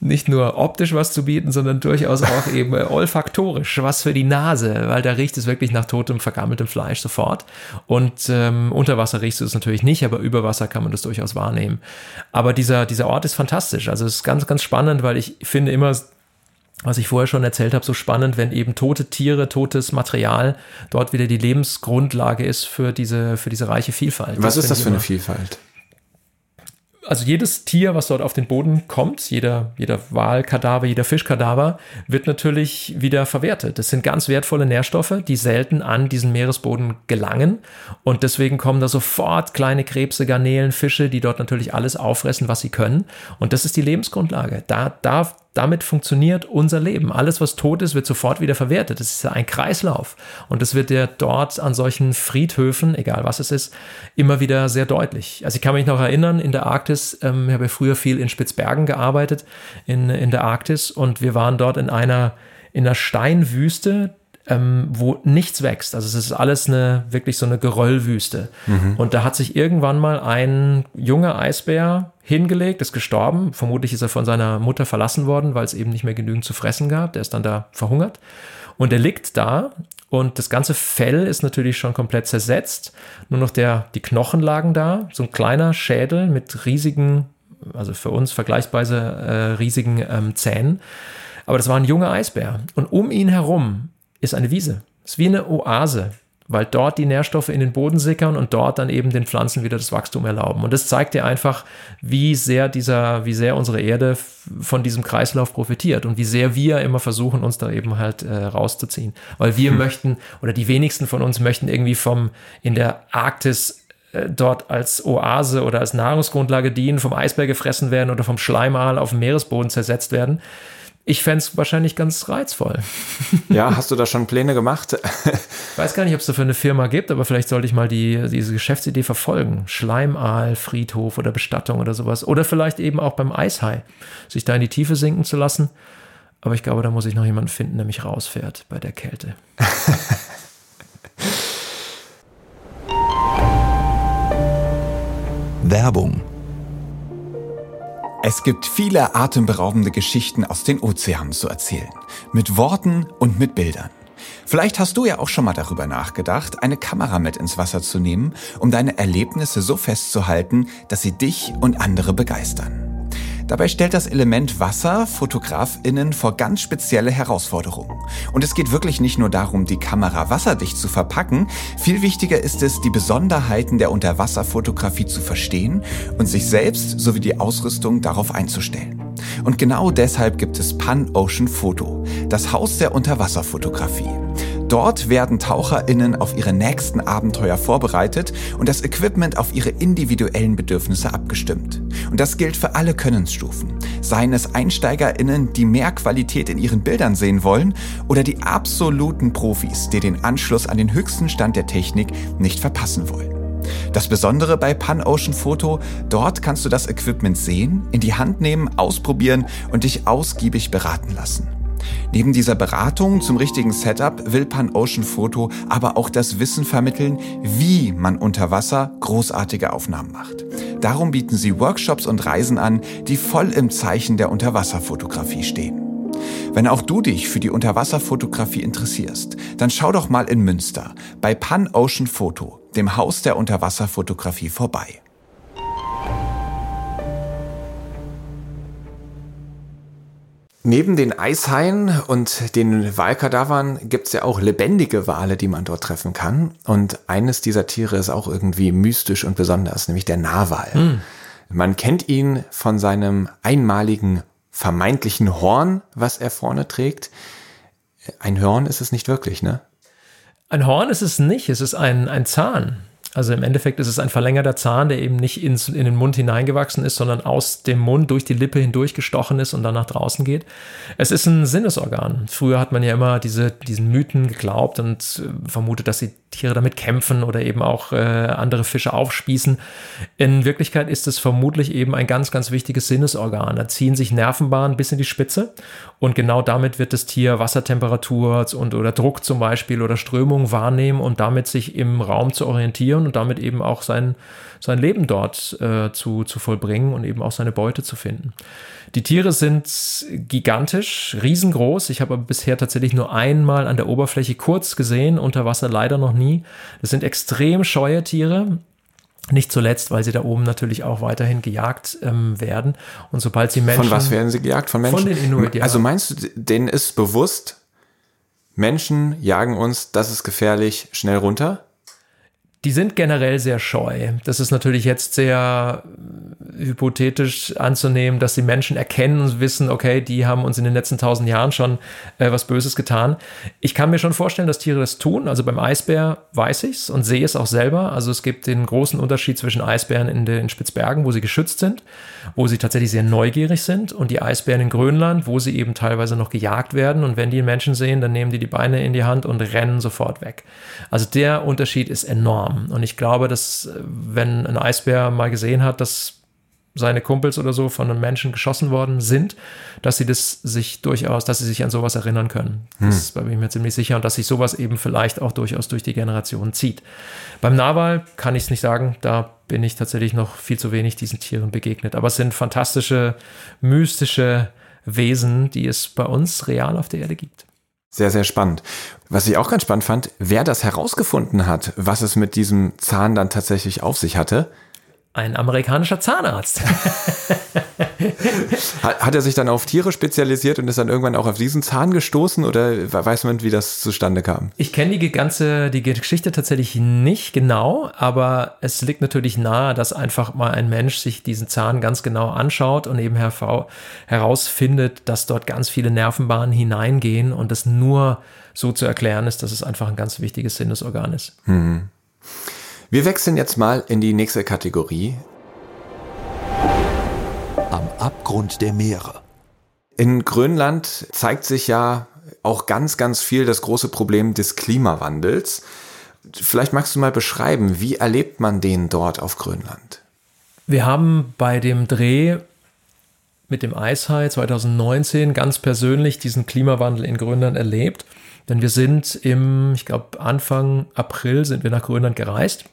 optisch was zu bieten, sondern durchaus auch eben olfaktorisch was für die Nase, weil da riecht es wirklich nach totem, vergammeltem Fleisch sofort. Und unter Wasser riechst du es natürlich nicht, aber über Wasser kann man das durchaus wahrnehmen. Aber dieser Ort ist fantastisch. Also es ist ganz, ganz spannend, weil ich finde immer, was ich vorher schon erzählt habe, so spannend, wenn eben tote Tiere, totes Material dort wieder die Lebensgrundlage ist für diese reiche Vielfalt. Was ist das für eine Vielfalt? Also jedes Tier, was dort auf den Boden kommt, jeder Walkadaver, jeder Fischkadaver, wird natürlich wieder verwertet. Das sind ganz wertvolle Nährstoffe, die selten an diesen Meeresboden gelangen. Und deswegen kommen da sofort kleine Krebse, Garnelen, Fische, die dort natürlich alles auffressen, was sie können. Und das ist die Lebensgrundlage. Damit funktioniert unser Leben. Alles, was tot ist, wird sofort wieder verwertet. Das ist ja ein Kreislauf. Und das wird ja dort an solchen Friedhöfen, egal was es ist, immer wieder sehr deutlich. Also ich kann mich noch erinnern, in der Arktis, ich habe ja früher viel in Spitzbergen gearbeitet, in der Arktis, und wir waren dort in einer in einer Steinwüste, wo nichts wächst. Also es ist alles wirklich so eine Geröllwüste. Und da hat sich irgendwann mal ein junger Eisbär hingelegt, ist gestorben. Vermutlich ist er von seiner Mutter verlassen worden, weil es eben nicht mehr genügend zu fressen gab. Der ist dann da verhungert. Und er liegt da und das ganze Fell ist natürlich schon komplett zersetzt. Nur noch die Knochen lagen da. So ein kleiner Schädel mit riesigen, also für uns vergleichsweise riesigen Zähnen. Aber das war ein junger Eisbär. Und um ihn herum ist eine Wiese. Es ist wie eine Oase, weil dort die Nährstoffe in den Boden sickern und dort dann eben den Pflanzen wieder das Wachstum erlauben. Und das zeigt dir einfach, wie sehr unsere Erde von diesem Kreislauf profitiert und wie sehr wir immer versuchen, uns da eben halt rauszuziehen. Weil wir möchten, oder die wenigsten von uns möchten irgendwie in der Arktis dort als Oase oder als Nahrungsgrundlage dienen, vom Eisbär gefressen werden oder vom Schleimaal auf dem Meeresboden zersetzt werden. Ich fände es wahrscheinlich ganz reizvoll. Ja, hast du da schon Pläne gemacht? Ich weiß gar nicht, ob es dafür eine Firma gibt, aber vielleicht sollte ich mal diese Geschäftsidee verfolgen. Schleimaal, Friedhof oder Bestattung oder sowas. Oder vielleicht eben auch beim Eishai, sich da in die Tiefe sinken zu lassen. Aber ich glaube, da muss ich noch jemanden finden, der mich rausfährt bei der Kälte. Werbung. Es gibt viele atemberaubende Geschichten aus den Ozeanen zu erzählen. Mit Worten und mit Bildern. Vielleicht hast du ja auch schon mal darüber nachgedacht, eine Kamera mit ins Wasser zu nehmen, um deine Erlebnisse so festzuhalten, dass sie dich und andere begeistern. Dabei stellt das Element Wasser FotografInnen vor ganz spezielle Herausforderungen. Und es geht wirklich nicht nur darum, die Kamera wasserdicht zu verpacken. Viel wichtiger ist es, die Besonderheiten der Unterwasserfotografie zu verstehen und sich selbst sowie die Ausrüstung darauf einzustellen. Und genau deshalb gibt es Pan-Ocean Photo, das Haus der Unterwasserfotografie. Dort werden TaucherInnen auf ihre nächsten Abenteuer vorbereitet und das Equipment auf ihre individuellen Bedürfnisse abgestimmt. Und das gilt für alle Könnensstufen. Seien es EinsteigerInnen, die mehr Qualität in ihren Bildern sehen wollen, oder die absoluten Profis, die den Anschluss an den höchsten Stand der Technik nicht verpassen wollen. Das Besondere bei Pan-Ocean Photo, dort kannst du das Equipment sehen, in die Hand nehmen, ausprobieren und dich ausgiebig beraten lassen. Neben dieser Beratung zum richtigen Setup will Pan-Ocean Photo aber auch das Wissen vermitteln, wie man unter Wasser großartige Aufnahmen macht. Darum bieten sie Workshops und Reisen an, die voll im Zeichen der Unterwasserfotografie stehen. Wenn auch du dich für die Unterwasserfotografie interessierst, dann schau doch mal in Münster bei Pan-Ocean Photo, dem Haus der Unterwasserfotografie, vorbei. Neben den Eishaien und den Walkadavern gibt es ja auch lebendige Wale, die man dort treffen kann. Und eines dieser Tiere ist auch irgendwie mystisch und besonders, nämlich der Narwal. Man kennt ihn von seinem einmaligen vermeintlichen Horn, was er vorne trägt. Ein Horn ist es nicht wirklich, ne? Ein Horn ist es nicht, es ist ein Zahn. Also im Endeffekt ist es ein verlängerter Zahn, der eben nicht in den Mund hineingewachsen ist, sondern aus dem Mund durch die Lippe hindurch gestochen ist und dann nach draußen geht. Es ist ein Sinnesorgan. Früher hat man ja immer diesen Mythen geglaubt und vermutet, dass die Tiere damit kämpfen oder eben auch andere Fische aufspießen. In Wirklichkeit ist es vermutlich eben ein ganz, ganz wichtiges Sinnesorgan. Da ziehen sich Nervenbahnen bis in die Spitze und genau damit wird das Tier Wassertemperatur oder Druck zum Beispiel oder Strömung wahrnehmen und damit sich im Raum zu orientieren und damit eben auch sein Leben dort zu vollbringen und eben auch seine Beute zu finden. Die Tiere sind gigantisch, riesengroß. Ich habe aber bisher tatsächlich nur einmal an der Oberfläche kurz gesehen, unter Wasser leider noch nie. Das sind extrem scheue Tiere. Nicht zuletzt, weil sie da oben natürlich auch weiterhin gejagt werden. Und sobald sie Menschen... Von was werden sie gejagt? Von Menschen? Von den Inuit, ja. Also meinst du, denen ist bewusst, Menschen jagen uns, das ist gefährlich, schnell runter? Die sind generell sehr scheu. Das ist natürlich jetzt sehr hypothetisch anzunehmen, dass die Menschen erkennen und wissen, okay, die haben uns in den letzten 1000 Jahren schon was Böses getan. Ich kann mir schon vorstellen, dass Tiere das tun. Also beim Eisbär weiß ich es und sehe es auch selber. Also es gibt den großen Unterschied zwischen Eisbären in Spitzbergen, wo sie geschützt sind, wo sie tatsächlich sehr neugierig sind, und die Eisbären in Grönland, wo sie eben teilweise noch gejagt werden. Und wenn die einen Menschen sehen, dann nehmen die Beine in die Hand und rennen sofort weg. Also der Unterschied ist enorm. Und ich glaube, dass wenn ein Eisbär mal gesehen hat, dass seine Kumpels oder so von einem Menschen geschossen worden sind, dass sie sich an sowas erinnern können. Das bin ich mir ziemlich sicher, und dass sich sowas eben vielleicht auch durchaus durch die Generationen zieht. Beim Narwal kann ich es nicht sagen, da bin ich tatsächlich noch viel zu wenig diesen Tieren begegnet. Aber es sind fantastische, mystische Wesen, die es bei uns real auf der Erde gibt. Sehr, sehr spannend. Was ich auch ganz spannend fand, wer das herausgefunden hat, was es mit diesem Zahn dann tatsächlich auf sich hatte. Ein amerikanischer Zahnarzt. Hat er sich dann auf Tiere spezialisiert und ist dann irgendwann auch auf diesen Zahn gestoßen, oder weiß man, wie das zustande kam? Ich kenne die Geschichte tatsächlich nicht genau, aber es liegt natürlich nahe, dass einfach mal ein Mensch sich diesen Zahn ganz genau anschaut und eben herausfindet, dass dort ganz viele Nervenbahnen hineingehen und das nur so zu erklären ist, dass es einfach ein ganz wichtiges Sinnesorgan ist. Wir wechseln jetzt mal in die nächste Kategorie. Am Abgrund der Meere. In Grönland zeigt sich ja auch ganz, ganz viel das große Problem des Klimawandels. Vielleicht magst du mal beschreiben, wie erlebt man den dort auf Grönland? Wir haben bei dem Dreh mit dem Eishai 2019 ganz persönlich diesen Klimawandel in Grönland erlebt. Denn wir sind Anfang April sind wir nach Grönland gereist.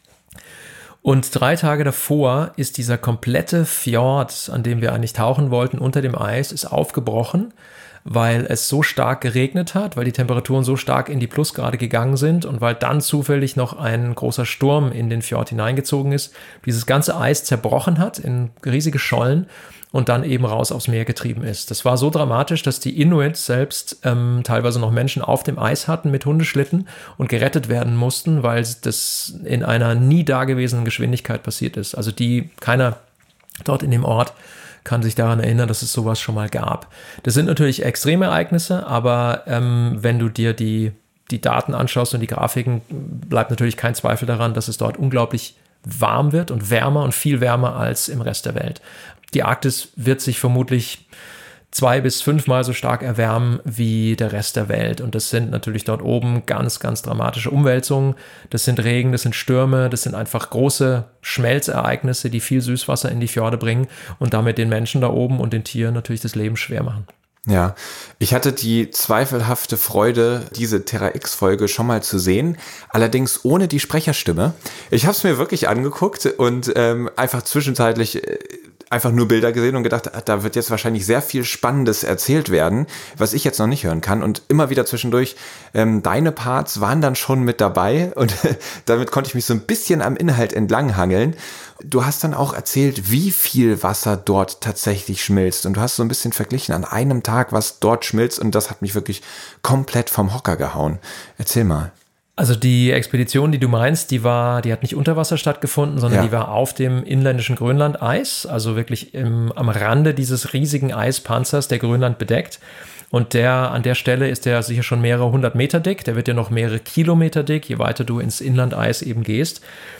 Und 3 Tage davor ist dieser komplette Fjord, an dem wir eigentlich tauchen wollten, unter dem Eis, ist aufgebrochen, weil es so stark geregnet hat, weil die Temperaturen so stark in die Plusgrade gegangen sind und weil dann zufällig noch ein großer Sturm in den Fjord hineingezogen ist, dieses ganze Eis zerbrochen hat in riesige Schollen und dann eben raus aufs Meer getrieben ist. Das war so dramatisch, dass die Inuit selbst teilweise noch Menschen auf dem Eis hatten mit Hundeschlitten und gerettet werden mussten, weil das in einer nie dagewesenen Geschwindigkeit passiert ist. Also keiner dort in dem Ort kann sich daran erinnern, dass es sowas schon mal gab. Das sind natürlich Extremereignisse, aber wenn du dir die Daten anschaust und die Grafiken, bleibt natürlich kein Zweifel daran, dass es dort unglaublich warm wird und wärmer und viel wärmer als im Rest der Welt. Die Arktis wird sich vermutlich 2 bis 5 Mal so stark erwärmen wie der Rest der Welt. Und das sind natürlich dort oben ganz, ganz dramatische Umwälzungen. Das sind Regen, das sind Stürme, das sind einfach große Schmelzereignisse, die viel Süßwasser in die Fjorde bringen und damit den Menschen da oben und den Tieren natürlich das Leben schwer machen. Ja, ich hatte die zweifelhafte Freude, diese Terra X-Folge schon mal zu sehen, allerdings ohne die Sprecherstimme. Ich habe es mir wirklich angeguckt und einfach zwischenzeitlich einfach nur Bilder gesehen und gedacht, da wird jetzt wahrscheinlich sehr viel Spannendes erzählt werden, was ich jetzt noch nicht hören kann. Und immer wieder zwischendurch, deine Parts waren dann schon mit dabei und damit konnte ich mich so ein bisschen am Inhalt entlanghangeln. Du hast dann auch erzählt, wie viel Wasser dort tatsächlich schmilzt. Und du hast so ein bisschen verglichen an einem Tag, was dort schmilzt. Und das hat mich wirklich komplett vom Hocker gehauen. Erzähl mal. Also die Expedition, die du meinst, die hat nicht unter Wasser stattgefunden, sondern die war auf dem inländischen Grönland-Eis, also wirklich am Rande dieses riesigen Eispanzers, der Grönland bedeckt. Und an der Stelle ist der sicher schon mehrere 100 Meter dick, der wird ja noch mehrere Kilometer dick, je weiter du ins Inlandeis eben gehst.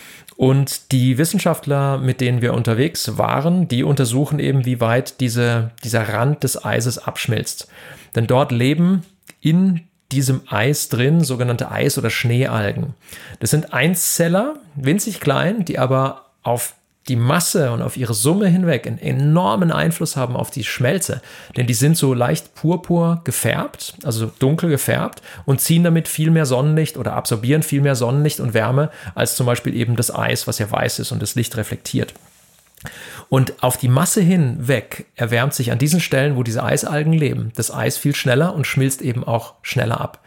Und die Wissenschaftler, mit denen wir unterwegs waren, die untersuchen eben, wie weit dieser Rand des Eises abschmilzt. Denn dort leben in diesem Eis drin sogenannte Eis- oder Schneealgen. Das sind Einzeller, winzig klein, die aber auf die Masse und auf ihre Summe hinweg einen enormen Einfluss haben auf die Schmelze. Denn die sind so leicht purpur gefärbt, also dunkel gefärbt und ziehen damit viel mehr Sonnenlicht oder absorbieren viel mehr Sonnenlicht und Wärme als zum Beispiel eben das Eis, was ja weiß ist und das Licht reflektiert. Und auf die Masse hinweg erwärmt sich an diesen Stellen, wo diese Eisalgen leben, das Eis viel schneller und schmilzt eben auch schneller ab.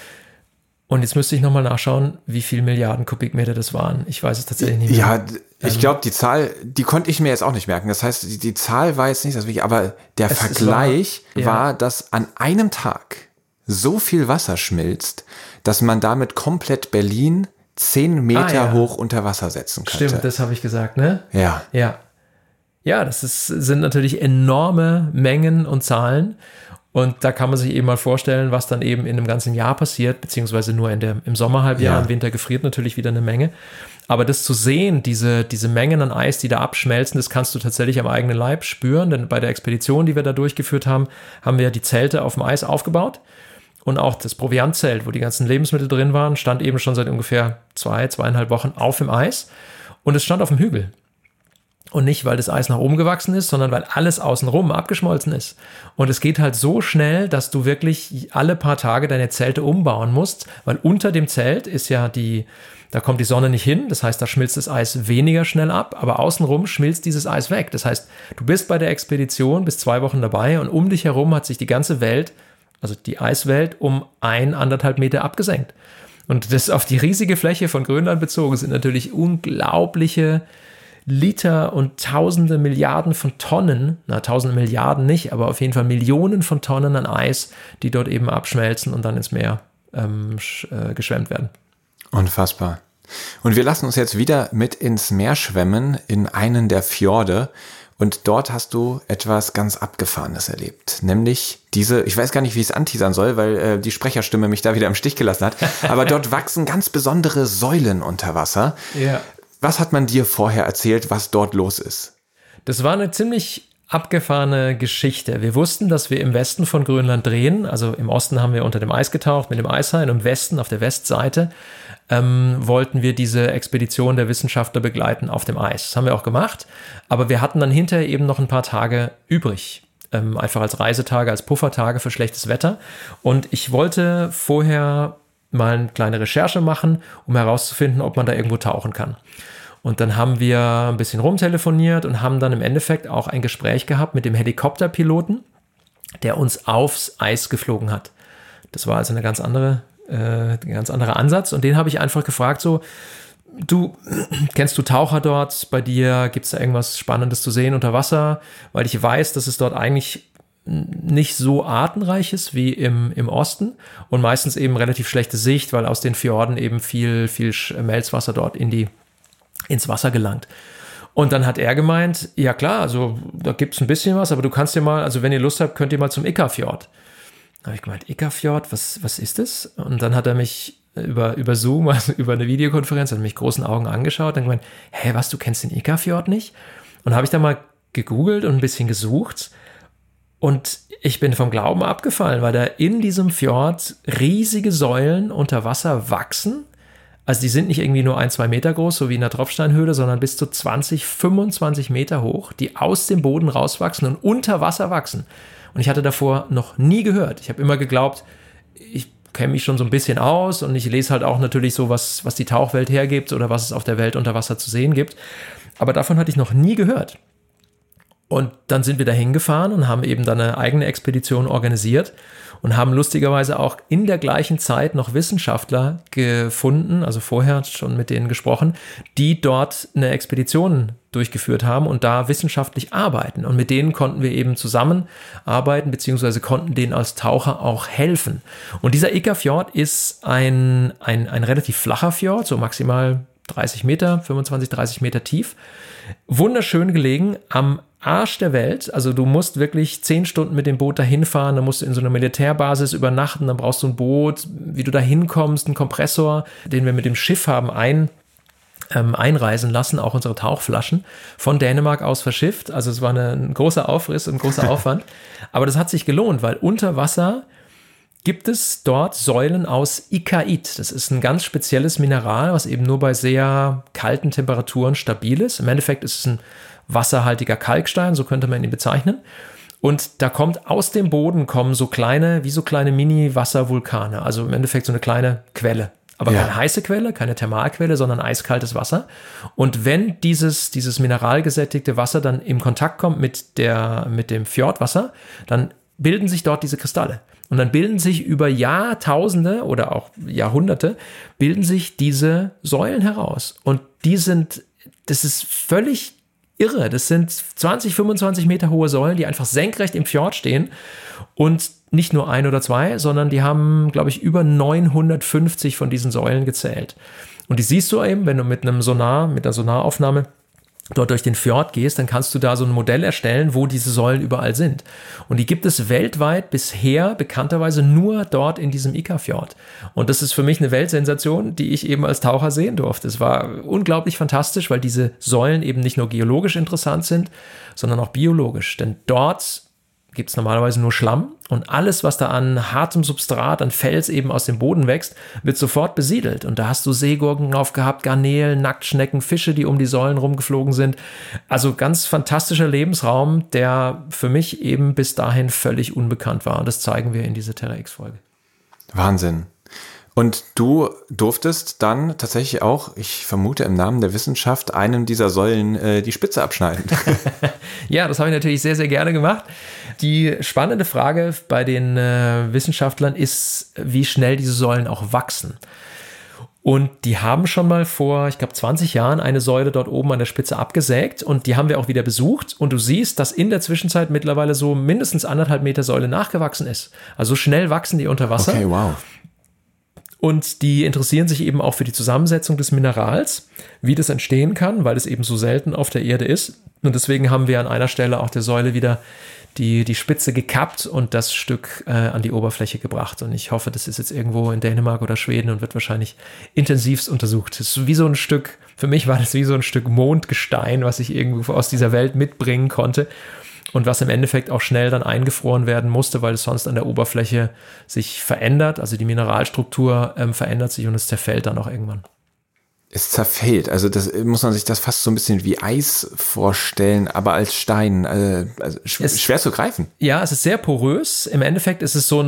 Und jetzt müsste ich nochmal nachschauen, wie viel Milliarden Kubikmeter das waren. Ich weiß es tatsächlich nicht mehr. Ja, ich glaube, die Zahl, die konnte ich mir jetzt auch nicht merken. Das heißt, die Zahl war jetzt nicht das Wichtige, aber der Vergleich war, dass an einem Tag so viel Wasser schmilzt, dass man damit komplett Berlin 10 Meter hoch unter Wasser setzen könnte. Stimmt, das habe ich gesagt, ne? Ja. Ja, das sind natürlich enorme Mengen und Zahlen. Und da kann man sich eben mal vorstellen, was dann eben in einem ganzen Jahr passiert, beziehungsweise nur im Sommerhalbjahr, im Winter gefriert natürlich wieder eine Menge. Aber das zu sehen, diese Mengen an Eis, die da abschmelzen, das kannst du tatsächlich am eigenen Leib spüren. Denn bei der Expedition, die wir da durchgeführt haben, haben wir die Zelte auf dem Eis aufgebaut. Und auch das Proviantzelt, wo die ganzen Lebensmittel drin waren, stand eben schon seit ungefähr 2,5 Wochen auf dem Eis. Und es stand auf dem Hügel. Und nicht, weil das Eis nach oben gewachsen ist, sondern weil alles außenrum abgeschmolzen ist. Und es geht halt so schnell, dass du wirklich alle paar Tage deine Zelte umbauen musst, weil unter dem Zelt ist ja da kommt die Sonne nicht hin, das heißt, da schmilzt das Eis weniger schnell ab, aber außenrum schmilzt dieses Eis weg. Das heißt, du bist bei der Expedition, bist 2 Wochen dabei und um dich herum hat sich die ganze Welt, also die Eiswelt, um 1,5 Meter abgesenkt. Und das auf die riesige Fläche von Grönland bezogen sind natürlich unglaubliche Liter und Tausende Milliarden von Tonnen, Tausende Milliarden nicht, aber auf jeden Fall Millionen von Tonnen an Eis, die dort eben abschmelzen und dann ins Meer geschwemmt werden. Unfassbar. Und wir lassen uns jetzt wieder mit ins Meer schwemmen, in einen der Fjorde. Und dort hast du etwas ganz Abgefahrenes erlebt. Nämlich diese, ich weiß gar nicht, wie ich es anteasern soll, weil die Sprecherstimme mich da wieder im Stich gelassen hat. Aber dort wachsen ganz besondere Säulen unter Wasser. Ja. Was hat man dir vorher erzählt, was dort los ist? Das war eine ziemlich abgefahrene Geschichte. Wir wussten, dass wir im Westen von Grönland drehen. Also im Osten haben wir unter dem Eis getaucht mit dem Eishai und im Westen, auf der Westseite, wollten wir diese Expedition der Wissenschaftler begleiten auf dem Eis. Das haben wir auch gemacht, aber wir hatten dann hinterher eben noch ein paar Tage übrig. Einfach als Reisetage, als Puffertage für schlechtes Wetter. Und ich wollte vorher mal eine kleine Recherche machen, um herauszufinden, ob man da irgendwo tauchen kann. Und dann haben wir ein bisschen rumtelefoniert und haben dann im Endeffekt auch ein Gespräch gehabt mit dem Helikopterpiloten, der uns aufs Eis geflogen hat. Das war also ein ganz anderer Ansatz. Und den habe ich einfach gefragt, so, kennst du Taucher dort? Bei dir gibt es da irgendwas Spannendes zu sehen unter Wasser? Weil ich weiß, dass es dort eigentlich nicht so artenreich ist wie im Osten und meistens eben relativ schlechte Sicht, weil aus den Fjorden eben viel Schmelzwasser dort ins Wasser gelangt. Und dann hat er gemeint, ja klar, also da gibt es ein bisschen was, aber du kannst dir mal, also wenn ihr Lust habt, könnt ihr mal zum Ikkafjord. Da habe ich gemeint, Ikkafjord, was ist das? Und dann hat er mich über Zoom, also über eine Videokonferenz, hat mich großen Augen angeschaut und gemeint, hey, was, du kennst den Ikkafjord nicht? Und habe ich da mal gegoogelt und ein bisschen gesucht und ich bin vom Glauben abgefallen, weil da in diesem Fjord riesige Säulen unter Wasser wachsen. Also die sind nicht irgendwie nur 1-2 Meter groß, so wie in der Tropfsteinhöhle, sondern bis zu 20-25 Meter hoch, die aus dem Boden rauswachsen und unter Wasser wachsen. Und ich hatte davor noch nie gehört. Ich habe immer geglaubt, ich kenne mich schon so ein bisschen aus und ich lese halt auch natürlich so, was die Tauchwelt hergibt oder was es auf der Welt unter Wasser zu sehen gibt. Aber davon hatte ich noch nie gehört. Und dann sind wir da hingefahren und haben eben dann eine eigene Expedition organisiert und haben lustigerweise auch in der gleichen Zeit noch Wissenschaftler gefunden, also vorher schon mit denen gesprochen, die dort eine Expedition durchgeführt haben und da wissenschaftlich arbeiten. Und mit denen konnten wir eben zusammenarbeiten, beziehungsweise konnten denen als Taucher auch helfen. Und dieser Ikkafjord ist ein relativ flacher Fjord, so maximal 30 Meter, 25, 30 Meter tief. Wunderschön gelegen am Arsch der Welt, also du musst wirklich 10 Stunden mit dem Boot dahin fahren, dann musst du in so einer Militärbasis übernachten, dann brauchst du ein Boot, wie du da hinkommst, einen Kompressor, den wir mit dem Schiff haben einreisen lassen, auch unsere Tauchflaschen, von Dänemark aus verschifft, also es war ein großer Aufriss, ein großer Aufwand, aber das hat sich gelohnt, weil unter Wasser gibt es dort Säulen aus Ikkait. Das ist ein ganz spezielles Mineral, was eben nur bei sehr kalten Temperaturen stabil ist. Im Endeffekt ist es ein wasserhaltiger Kalkstein, so könnte man ihn bezeichnen. Und da kommt aus dem Boden so kleine Mini-Wasservulkane, also im Endeffekt so eine kleine Quelle. Aber keine heiße Quelle, keine Thermalquelle, sondern eiskaltes Wasser. Und wenn dieses mineralgesättigte Wasser dann in Kontakt kommt mit dem Fjordwasser, dann bilden sich dort diese Kristalle. Und dann bilden sich über Jahrtausende oder auch Jahrhunderte, bilden sich diese Säulen heraus. Und das ist völlig irre. Das sind 20, 25 Meter hohe Säulen, die einfach senkrecht im Fjord stehen. Und nicht nur 1 oder 2, sondern die haben, glaube ich, über 950 von diesen Säulen gezählt. Und die siehst du eben, wenn du mit einer Sonaraufnahme dort durch den Fjord gehst, dann kannst du da so ein Modell erstellen, wo diese Säulen überall sind. Und die gibt es weltweit bisher bekannterweise nur dort in diesem Ikkafjord. Und das ist für mich eine Weltsensation, die ich eben als Taucher sehen durfte. Es war unglaublich fantastisch, weil diese Säulen eben nicht nur geologisch interessant sind, sondern auch biologisch. Denn dort gibt es normalerweise nur Schlamm und alles, was da an hartem Substrat, an Fels eben aus dem Boden wächst, wird sofort besiedelt. Und da hast du Seegurken drauf gehabt, Garnelen, Nacktschnecken, Fische, die um die Säulen rumgeflogen sind. Also ganz fantastischer Lebensraum, der für mich eben bis dahin völlig unbekannt war. Und das zeigen wir in dieser Terra X-Folge. Wahnsinn. Und du durftest dann tatsächlich auch, ich vermute im Namen der Wissenschaft, einem dieser Säulen die Spitze abschneiden. Ja, das habe ich natürlich sehr, sehr gerne gemacht. Die spannende Frage bei den Wissenschaftlern ist, wie schnell diese Säulen auch wachsen. Und die haben schon mal vor, ich glaube, 20 Jahren eine Säule dort oben an der Spitze abgesägt und die haben wir auch wieder besucht. Und du siehst, dass in der Zwischenzeit mittlerweile so mindestens 1,5 Meter Säule nachgewachsen ist. Also schnell wachsen die unter Wasser. Okay, wow. Und die interessieren sich eben auch für die Zusammensetzung des Minerals, wie das entstehen kann, weil es eben so selten auf der Erde ist. Und deswegen haben wir an einer Stelle auch der Säule wieder die Spitze gekappt und das Stück an die Oberfläche gebracht. Und ich hoffe, das ist jetzt irgendwo in Dänemark oder Schweden und wird wahrscheinlich intensivst untersucht. Das ist wie so ein Stück, für mich war das wie so ein Stück Mondgestein, was ich irgendwo aus dieser Welt mitbringen konnte. Und was im Endeffekt auch schnell dann eingefroren werden musste, weil es sonst an der Oberfläche sich verändert. Also die Mineralstruktur verändert sich und es zerfällt dann auch irgendwann. Es zerfällt, also das muss man sich das fast so ein bisschen wie Eis vorstellen, aber als Stein, also schwer zu greifen. Ja, es ist sehr porös. Im Endeffekt ist es so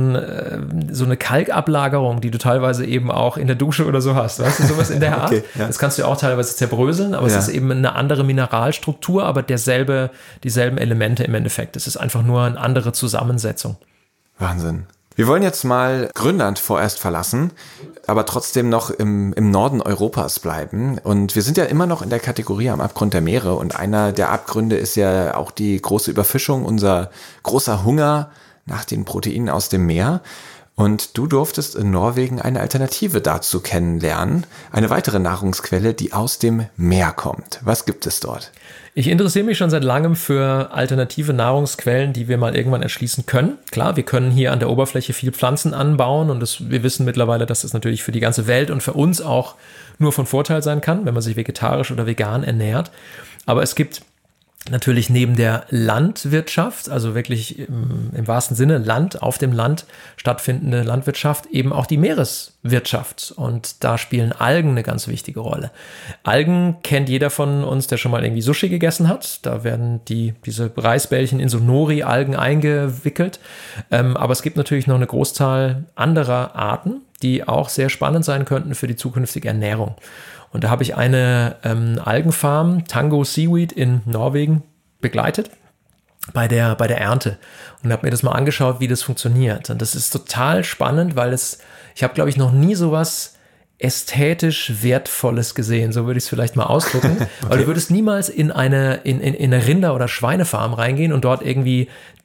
eine Kalkablagerung, die du teilweise eben auch in der Dusche oder so hast. Weißt du, sowas in der Art. Okay, ja. Das kannst du auch teilweise zerbröseln, aber es ist eben eine andere Mineralstruktur, aber dieselben Elemente im Endeffekt. Es ist einfach nur eine andere Zusammensetzung. Wahnsinn. Wir wollen jetzt mal Grönland vorerst verlassen, aber trotzdem noch im Norden Europas bleiben. Und wir sind ja immer noch in der Kategorie am Abgrund der Meere. Und einer der Abgründe ist ja auch die große Überfischung, unser großer Hunger nach den Proteinen aus dem Meer. Und du durftest in Norwegen eine Alternative dazu kennenlernen. Eine weitere Nahrungsquelle, die aus dem Meer kommt. Was gibt es dort? Ich interessiere mich schon seit langem für alternative Nahrungsquellen, die wir mal irgendwann erschließen können. Klar, wir können hier an der Oberfläche viel Pflanzen anbauen und wir wissen mittlerweile, dass das natürlich für die ganze Welt und für uns auch nur von Vorteil sein kann, wenn man sich vegetarisch oder vegan ernährt. Aber es gibt natürlich neben der Landwirtschaft, also wirklich im wahrsten Sinne Land, auf dem Land stattfindende Landwirtschaft, eben auch die Meereswirtschaft. Und da spielen Algen eine ganz wichtige Rolle. Algen kennt jeder von uns, der schon mal irgendwie Sushi gegessen hat. Da werden diese Reisbällchen in so Nori-Algen eingewickelt. Aber es gibt natürlich noch eine Großzahl anderer Arten, die auch sehr spannend sein könnten für die zukünftige Ernährung. Und da habe ich eine Algenfarm, Tango Seaweed in Norwegen, begleitet bei der Ernte und habe mir das mal angeschaut, wie das funktioniert. Und das ist total spannend, weil ich habe, glaube ich, noch nie sowas ästhetisch Wertvolles gesehen, so würde ich es vielleicht mal ausdrücken, okay. Weil du würdest niemals in eine Rinder- oder Schweinefarm reingehen und dort irgendwie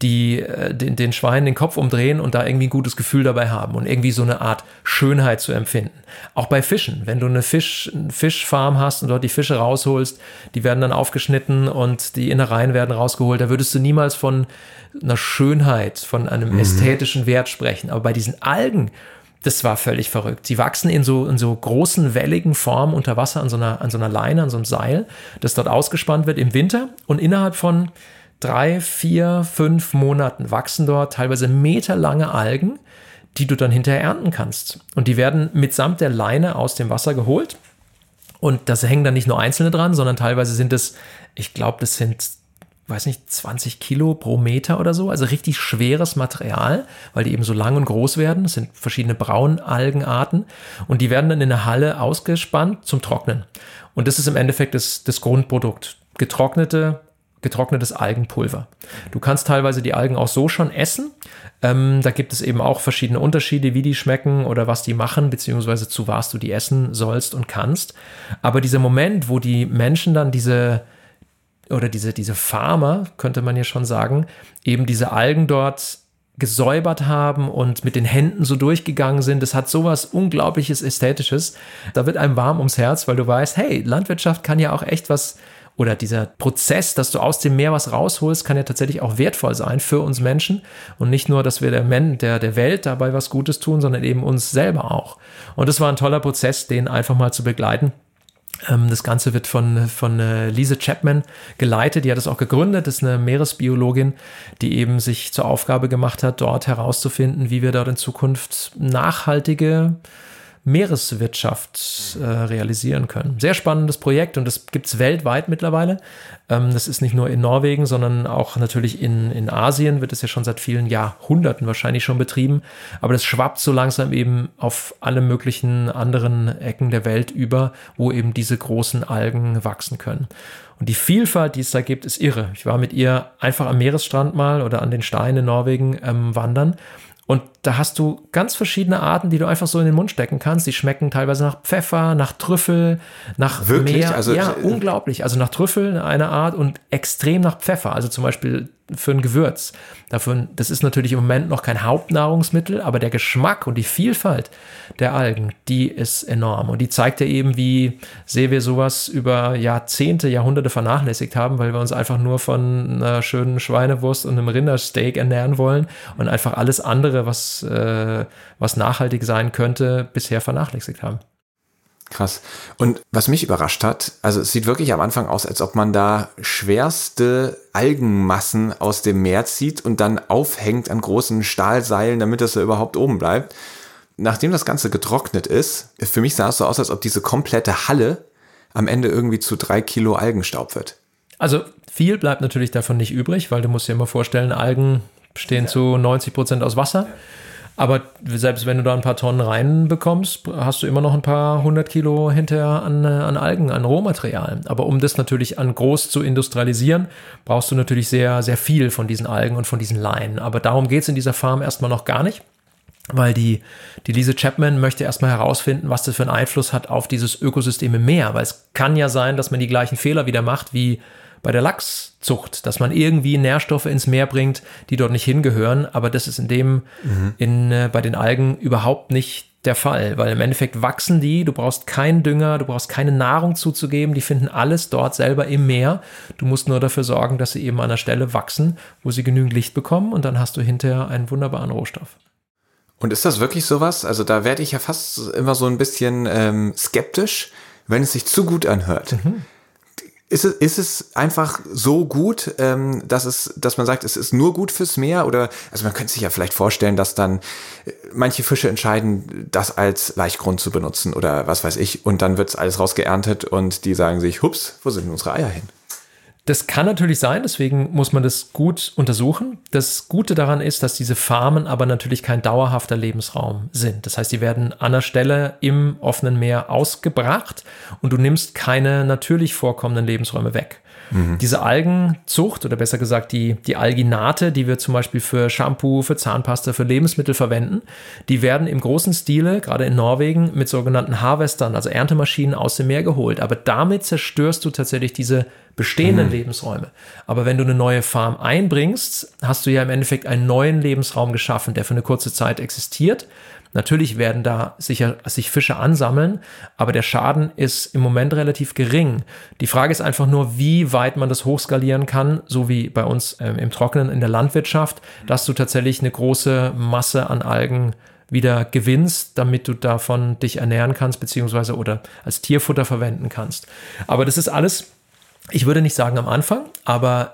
den Schweinen den Kopf umdrehen und da irgendwie ein gutes Gefühl dabei haben und irgendwie so eine Art Schönheit zu empfinden. Auch bei Fischen, wenn du eine Fischfarm hast und dort die Fische rausholst, die werden dann aufgeschnitten und die Innereien werden rausgeholt, da würdest du niemals von einer Schönheit, von einem ästhetischen Wert sprechen. Aber bei diesen Algen, das war völlig verrückt. Sie wachsen in so großen, welligen Formen unter Wasser an so einer Leine, an so einem Seil, das dort ausgespannt wird im Winter. Und innerhalb von 3, 4, 5 Monaten wachsen dort teilweise meterlange Algen, die du dann hinterher ernten kannst. Und die werden mitsamt der Leine aus dem Wasser geholt. Und das hängen dann nicht nur einzelne dran, sondern teilweise sind es, ich glaube, das sind 20 Kilo pro Meter oder so, also richtig schweres Material, weil die eben so lang und groß werden. Es sind verschiedene Braunalgenarten und die werden dann in der Halle ausgespannt zum Trocknen. Und das ist im Endeffekt das Grundprodukt, getrocknetes Algenpulver. Du kannst teilweise die Algen auch so schon essen. Da gibt es eben auch verschiedene Unterschiede, wie die schmecken oder was die machen, beziehungsweise zu was du die essen sollst und kannst. Aber dieser Moment, wo die Menschen dann diese Farmer, könnte man ja schon sagen, eben diese Algen dort gesäubert haben und mit den Händen so durchgegangen sind, das hat sowas Unglaubliches Ästhetisches. Da wird einem warm ums Herz, weil du weißt, hey, Landwirtschaft kann ja auch echt was, oder dieser Prozess, dass du aus dem Meer was rausholst, kann ja tatsächlich auch wertvoll sein für uns Menschen und nicht nur, dass wir der Welt dabei was Gutes tun, sondern eben uns selber auch. Und das war ein toller Prozess, den einfach mal zu begleiten. Das Ganze wird von Lise Chapman geleitet, die hat es auch gegründet, das ist eine Meeresbiologin, die eben sich zur Aufgabe gemacht hat, dort herauszufinden, wie wir dort in Zukunft nachhaltige Meereswirtschaft realisieren können. Sehr spannendes Projekt und das gibt es weltweit mittlerweile. Das ist nicht nur in Norwegen, sondern auch natürlich in Asien wird es ja schon seit vielen Jahrhunderten wahrscheinlich schon betrieben. Aber das schwappt so langsam eben auf alle möglichen anderen Ecken der Welt über, wo eben diese großen Algen wachsen können. Und die Vielfalt, die es da gibt, ist irre. Ich war mit ihr einfach am Meeresstrand mal oder an den Steinen in Norwegen wandern. Und da hast du ganz verschiedene Arten, die du einfach so in den Mund stecken kannst. Die schmecken teilweise nach Pfeffer, nach Trüffel, nach Wirklich? Meer. Also, ja, unglaublich. Also nach Trüffel eine Art und extrem nach Pfeffer. Also zum Beispiel für ein Gewürz. Das ist natürlich im Moment noch kein Hauptnahrungsmittel, aber der Geschmack und die Vielfalt der Algen, die ist enorm. Und die zeigt ja eben, wie sehr wir sowas über Jahrzehnte, Jahrhunderte vernachlässigt haben, weil wir uns einfach nur von einer schönen Schweinewurst und einem Rindersteak ernähren wollen und einfach alles andere, was nachhaltig sein könnte, bisher vernachlässigt haben. Krass. Und was mich überrascht hat, also es sieht wirklich am Anfang aus, als ob man da schwerste Algenmassen aus dem Meer zieht und dann aufhängt an großen Stahlseilen, damit das da überhaupt oben bleibt. Nachdem das Ganze getrocknet ist, für mich sah es so aus, als ob diese komplette Halle am Ende irgendwie zu 3 Kilo Algenstaub wird. Also viel bleibt natürlich davon nicht übrig, weil du musst dir immer vorstellen, Algen bestehen zu 90% aus Wasser. Aber selbst wenn du da ein paar Tonnen reinbekommst, hast du immer noch ein paar 100 Kilo hinterher an Algen, an Rohmaterial. Aber um das natürlich an groß zu industrialisieren, brauchst du natürlich sehr, sehr viel von diesen Algen und von diesen Leinen. Aber darum geht es in dieser Farm erstmal noch gar nicht, weil die Lise Chapman möchte erstmal herausfinden, was das für einen Einfluss hat auf dieses Ökosystem im Meer. Weil es kann ja sein, dass man die gleichen Fehler wieder macht wie bei der Lachszucht, dass man irgendwie Nährstoffe ins Meer bringt, die dort nicht hingehören, aber das ist bei den Algen überhaupt nicht der Fall, weil im Endeffekt wachsen die, du brauchst keinen Dünger, du brauchst keine Nahrung zuzugeben, die finden alles dort selber im Meer, du musst nur dafür sorgen, dass sie eben an der Stelle wachsen, wo sie genügend Licht bekommen und dann hast du hinterher einen wunderbaren Rohstoff. Und ist das wirklich sowas? Also da werde ich ja fast immer so ein bisschen skeptisch, wenn es sich zu gut anhört. Ist es einfach so gut, dass man sagt, es ist nur gut fürs Meer? Oder, also man könnte sich ja vielleicht vorstellen, dass dann manche Fische entscheiden, das als Laichgrund zu benutzen oder was weiß ich. Und dann wird es alles rausgeerntet und die sagen sich, hups, wo sind unsere Eier hin? Das kann natürlich sein, deswegen muss man das gut untersuchen. Das Gute daran ist, dass diese Farmen aber natürlich kein dauerhafter Lebensraum sind. Das heißt, die werden an der Stelle im offenen Meer ausgebracht und du nimmst keine natürlich vorkommenden Lebensräume weg. Diese Algenzucht oder besser gesagt die Alginate, die wir zum Beispiel für Shampoo, für Zahnpasta, für Lebensmittel verwenden, die werden im großen Stile, gerade in Norwegen, mit sogenannten Harvestern, also Erntemaschinen aus dem Meer geholt. Aber damit zerstörst du tatsächlich diese bestehenden Lebensräume. Aber wenn du eine neue Farm einbringst, hast du ja im Endeffekt einen neuen Lebensraum geschaffen, der für eine kurze Zeit existiert. Natürlich werden da sich Fische ansammeln, aber der Schaden ist im Moment relativ gering. Die Frage ist einfach nur, wie weit man das hochskalieren kann, so wie bei uns im Trockenen in der Landwirtschaft, dass du tatsächlich eine große Masse an Algen wieder gewinnst, damit du davon dich ernähren kannst, beziehungsweise oder als Tierfutter verwenden kannst. Aber das ist alles, ich würde nicht sagen am Anfang, aber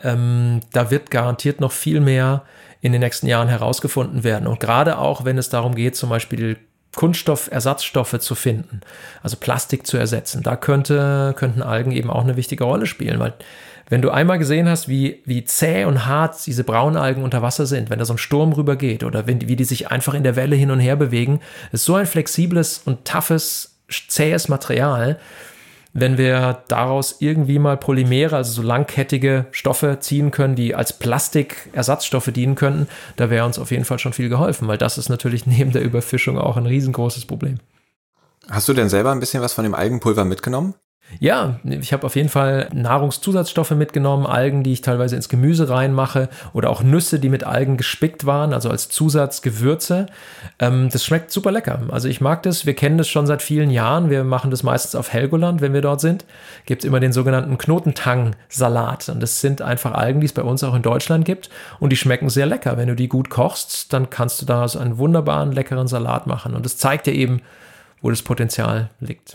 da wird garantiert noch viel mehr in den nächsten Jahren herausgefunden werden. Und gerade auch, wenn es darum geht, zum Beispiel Kunststoffersatzstoffe zu finden, also Plastik zu ersetzen, da könnten Algen eben auch eine wichtige Rolle spielen, weil wenn du einmal gesehen hast, wie zäh und hart diese Braunalgen unter Wasser sind, wenn da so ein Sturm rübergeht oder wie die sich einfach in der Welle hin und her bewegen, ist so ein flexibles und toughes, zähes Material. Wenn wir daraus irgendwie mal Polymere, also so langkettige Stoffe ziehen können, die als Plastikersatzstoffe dienen könnten, da wäre uns auf jeden Fall schon viel geholfen, weil das ist natürlich neben der Überfischung auch ein riesengroßes Problem. Hast du denn selber ein bisschen was von dem Algenpulver mitgenommen? Ja, ich habe auf jeden Fall Nahrungszusatzstoffe mitgenommen, Algen, die ich teilweise ins Gemüse reinmache oder auch Nüsse, die mit Algen gespickt waren, also als Zusatzgewürze. Das schmeckt super lecker. Also ich mag das, wir kennen das schon seit vielen Jahren, wir machen das meistens auf Helgoland, wenn wir dort sind. Gibt es immer den sogenannten Knotentang-Salat und das sind einfach Algen, die es bei uns auch in Deutschland gibt und die schmecken sehr lecker. Wenn du die gut kochst, dann kannst du daraus einen wunderbaren, leckeren Salat machen und das zeigt dir eben, wo das Potenzial liegt.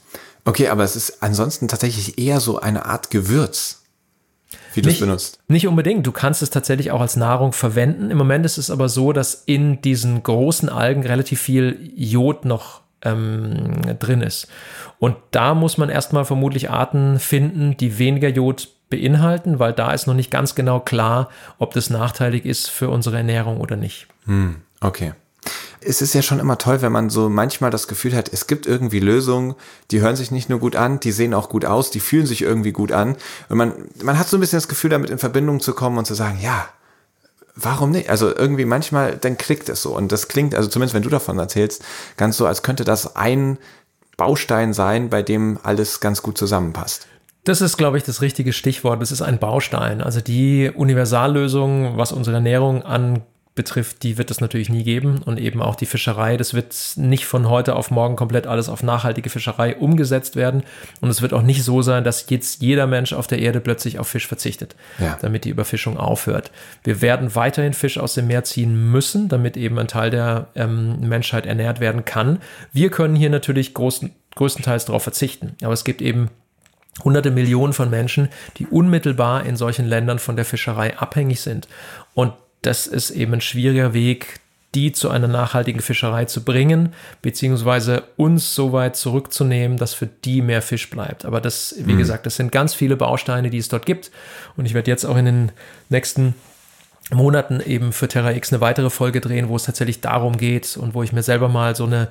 Okay, aber es ist ansonsten tatsächlich eher so eine Art Gewürz, wie du es benutzt. Nicht unbedingt. Du kannst es tatsächlich auch als Nahrung verwenden. Im Moment ist es aber so, dass in diesen großen Algen relativ viel Jod noch drin ist. Und da muss man erstmal vermutlich Arten finden, die weniger Jod beinhalten, weil da ist noch nicht ganz genau klar, ob das nachteilig ist für unsere Ernährung oder nicht. Okay. Es ist ja schon immer toll, wenn man so manchmal das Gefühl hat, es gibt irgendwie Lösungen, die hören sich nicht nur gut an, die sehen auch gut aus, die fühlen sich irgendwie gut an. Und man hat so ein bisschen das Gefühl, damit in Verbindung zu kommen und zu sagen, ja, warum nicht? Also irgendwie manchmal, dann klickt es so. Und das klingt, also zumindest wenn du davon erzählst, ganz so, als könnte das ein Baustein sein, bei dem alles ganz gut zusammenpasst. Das ist, glaube ich, das richtige Stichwort. Das ist ein Baustein. Also die Universallösung, was unsere Ernährung anbetrifft, die wird es natürlich nie geben. Und eben auch die Fischerei, das wird nicht von heute auf morgen komplett alles auf nachhaltige Fischerei umgesetzt werden. Und es wird auch nicht so sein, dass jetzt jeder Mensch auf der Erde plötzlich auf Fisch verzichtet, damit die Überfischung aufhört. Wir werden weiterhin Fisch aus dem Meer ziehen müssen, damit eben ein Teil der Menschheit ernährt werden kann. Wir können hier natürlich größtenteils darauf verzichten. Aber es gibt eben Hunderte Millionen von Menschen, die unmittelbar in solchen Ländern von der Fischerei abhängig sind. Und das ist eben ein schwieriger Weg, die zu einer nachhaltigen Fischerei zu bringen, beziehungsweise uns so weit zurückzunehmen, dass für die mehr Fisch bleibt. Aber das, wie gesagt, das sind ganz viele Bausteine, die es dort gibt. Und ich werde jetzt auch in den nächsten Monaten eben für Terra X eine weitere Folge drehen, wo es tatsächlich darum geht und wo ich mir selber mal so eine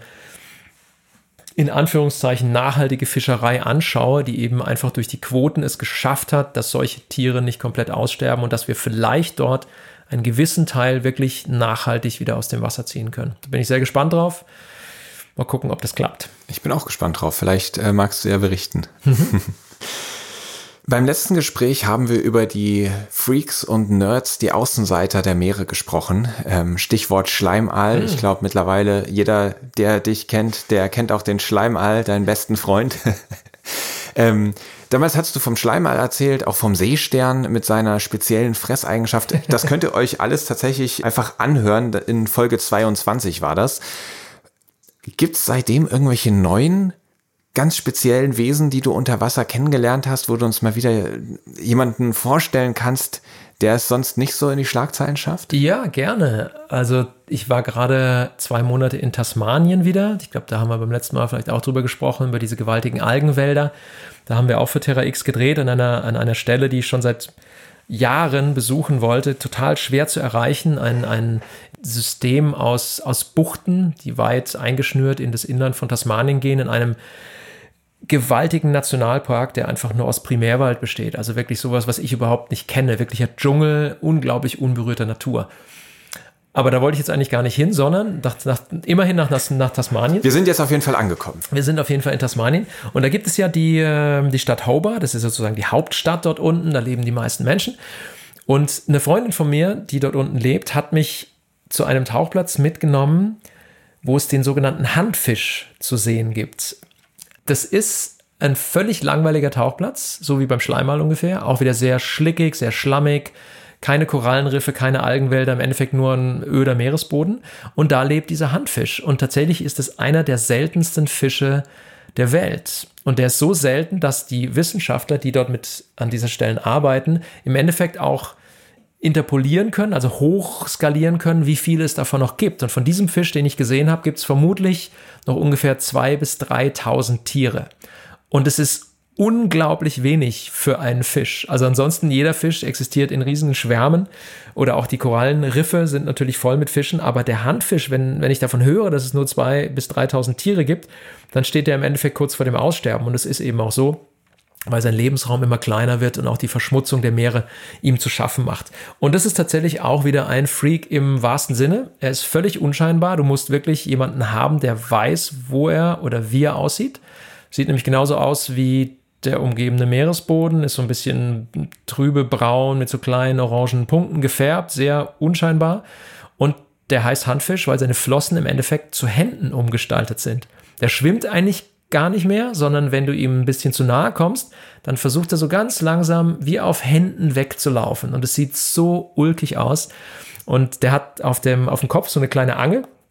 in Anführungszeichen nachhaltige Fischerei anschaue, die eben einfach durch die Quoten es geschafft hat, dass solche Tiere nicht komplett aussterben und dass wir vielleicht dort einen gewissen Teil wirklich nachhaltig wieder aus dem Wasser ziehen können. Da bin ich sehr gespannt drauf. Mal gucken, ob das klappt. Ich bin auch gespannt drauf. Vielleicht magst du ja berichten. Beim letzten Gespräch haben wir über die Freaks und Nerds, die Außenseiter der Meere gesprochen. Stichwort Schleimaal. Ich glaube mittlerweile jeder, der dich kennt, der kennt auch den Schleimaal, deinen besten Freund. Damals hast du vom Schleimaal erzählt, auch vom Seestern mit seiner speziellen Fresseigenschaft. Das könnt ihr euch alles tatsächlich einfach anhören. In Folge 22 war das. Gibt es seitdem irgendwelche neuen ganz speziellen Wesen, die du unter Wasser kennengelernt hast, wo du uns mal wieder jemanden vorstellen kannst, der es sonst nicht so in die Schlagzeilen schafft? Ja, gerne. Also ich war gerade 2 Monate in Tasmanien wieder. Ich glaube, da haben wir beim letzten Mal vielleicht auch drüber gesprochen, über diese gewaltigen Algenwälder. Da haben wir auch für Terra X gedreht an einer Stelle, die ich schon seit Jahren besuchen wollte. Total schwer zu erreichen. Ein System aus Buchten, die weit eingeschnürt in das Inland von Tasmanien gehen, in einem gewaltigen Nationalpark, der einfach nur aus Primärwald besteht. Also wirklich sowas, was ich überhaupt nicht kenne. Wirklicher Dschungel, unglaublich unberührter Natur. Aber da wollte ich jetzt eigentlich gar nicht hin, sondern immerhin nach Tasmanien. Wir sind jetzt auf jeden Fall angekommen. Wir sind auf jeden Fall in Tasmanien. Und da gibt es ja die Stadt Hobart. Das ist sozusagen die Hauptstadt dort unten. Da leben die meisten Menschen. Und eine Freundin von mir, die dort unten lebt, hat mich zu einem Tauchplatz mitgenommen, wo es den sogenannten Handfisch zu sehen gibt. Das ist ein völlig langweiliger Tauchplatz, so wie beim Schleimaal ungefähr. Auch wieder sehr schlickig, sehr schlammig. Keine Korallenriffe, keine Algenwälder, im Endeffekt nur ein öder Meeresboden. Und da lebt dieser Handfisch. Und tatsächlich ist es einer der seltensten Fische der Welt. Und der ist so selten, dass die Wissenschaftler, die dort an diesen Stellen arbeiten, im Endeffekt auch interpolieren können, also hochskalieren können, wie viele es davon noch gibt. Und von diesem Fisch, den ich gesehen habe, gibt es vermutlich noch ungefähr 2.000 bis 3.000 Tiere. Und es ist unglaublich wenig für einen Fisch. Also ansonsten, jeder Fisch existiert in riesigen Schwärmen oder auch die Korallenriffe sind natürlich voll mit Fischen, aber der Handfisch, wenn ich davon höre, dass es nur 2.000 bis 3.000 Tiere gibt, dann steht der im Endeffekt kurz vor dem Aussterben und es ist eben auch so, weil sein Lebensraum immer kleiner wird und auch die Verschmutzung der Meere ihm zu schaffen macht. Und das ist tatsächlich auch wieder ein Freak im wahrsten Sinne. Er ist völlig unscheinbar. Du musst wirklich jemanden haben, der weiß, wo er oder wie er aussieht. Sieht nämlich genauso aus wie der umgebende Meeresboden, ist so ein bisschen trübe braun mit so kleinen orangen Punkten gefärbt, sehr unscheinbar. Und der heißt Handfisch, weil seine Flossen im Endeffekt zu Händen umgestaltet sind. Der schwimmt eigentlich gar nicht mehr, sondern wenn du ihm ein bisschen zu nahe kommst, dann versucht er so ganz langsam wie auf Händen wegzulaufen. Und es sieht so ulkig aus. Und der hat auf dem Kopf so eine kleine Angel.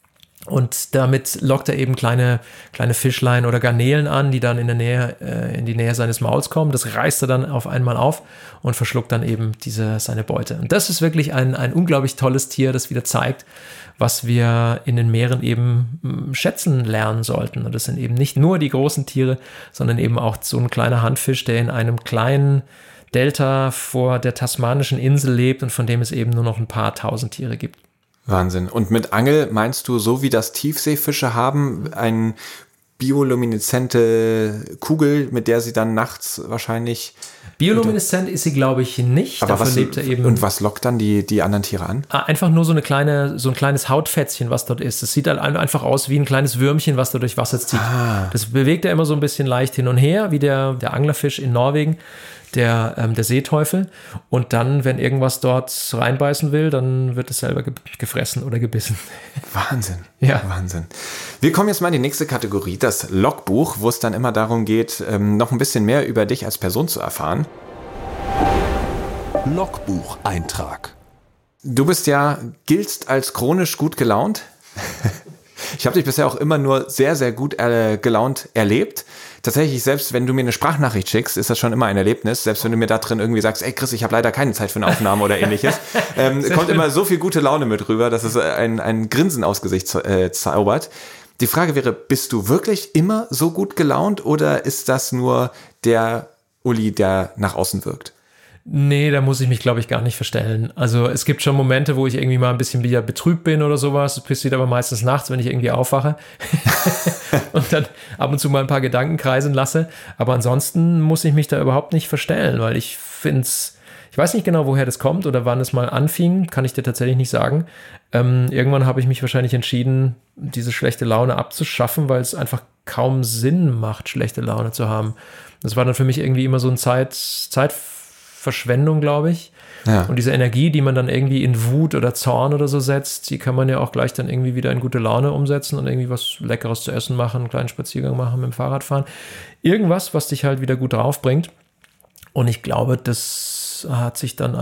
Und damit lockt er eben kleine Fischlein oder Garnelen an, die dann in die Nähe seines Mauls kommen. Das reißt er dann auf einmal auf und verschluckt dann eben seine Beute. Und das ist wirklich ein unglaublich tolles Tier, das wieder zeigt, was wir in den Meeren eben schätzen lernen sollten. Und das sind eben nicht nur die großen Tiere, sondern eben auch so ein kleiner Handfisch, der in einem kleinen Delta vor der tasmanischen Insel lebt und von dem es eben nur noch ein paar tausend Tiere gibt. Wahnsinn. Und mit Angel meinst du, so wie das Tiefseefische haben, eine biolumineszente Kugel, mit der sie dann nachts wahrscheinlich... Biolumineszent ist sie, glaube ich, nicht. Aber Dafür lebt er eben. Und was lockt dann die anderen Tiere an? Einfach nur so ein kleines Hautfätzchen, was dort ist. Das sieht halt einfach aus wie ein kleines Würmchen, was da durch Wasser zieht. Das bewegt er immer so ein bisschen leicht hin und her, wie der Anglerfisch in Norwegen. Der Seeteufel, und dann, wenn irgendwas dort reinbeißen will, dann wird es selber gefressen oder gebissen. Wahnsinn. Ja. Wahnsinn. Wir kommen jetzt mal in die nächste Kategorie, das Logbuch, wo es dann immer darum geht, noch ein bisschen mehr über dich als Person zu erfahren. Logbucheintrag. Du giltst als chronisch gut gelaunt. Ich habe dich bisher auch immer nur sehr, sehr gut gelaunt erlebt. Tatsächlich, selbst wenn du mir eine Sprachnachricht schickst, ist das schon immer ein Erlebnis. Selbst wenn du mir da drin irgendwie sagst, ey Chris, ich habe leider keine Zeit für eine Aufnahme oder ähnliches, kommt immer so viel gute Laune mit rüber, dass es ein Grinsen aus Gesicht zaubert. Die Frage wäre, bist du wirklich immer so gut gelaunt oder ist das nur der Uli, der nach außen wirkt? Nee, da muss ich mich, glaube ich, gar nicht verstellen. Also es gibt schon Momente, wo ich irgendwie mal ein bisschen wieder betrübt bin oder sowas. Das passiert aber meistens nachts, wenn ich irgendwie aufwache und dann ab und zu mal ein paar Gedanken kreisen lasse. Aber ansonsten muss ich mich da überhaupt nicht verstellen, weil ich weiß nicht genau, woher das kommt oder wann es mal anfing, kann ich dir tatsächlich nicht sagen. Irgendwann habe ich mich wahrscheinlich entschieden, diese schlechte Laune abzuschaffen, weil es einfach kaum Sinn macht, schlechte Laune zu haben. Das war dann für mich irgendwie immer so ein Zeitverschwendung, glaube ich. Ja. Und diese Energie, die man dann irgendwie in Wut oder Zorn oder so setzt, die kann man ja auch gleich dann irgendwie wieder in gute Laune umsetzen und irgendwie was Leckeres zu essen machen, einen kleinen Spaziergang machen, mit dem Fahrrad fahren. Irgendwas, was dich halt wieder gut drauf bringt. Und ich glaube, das habe ich dann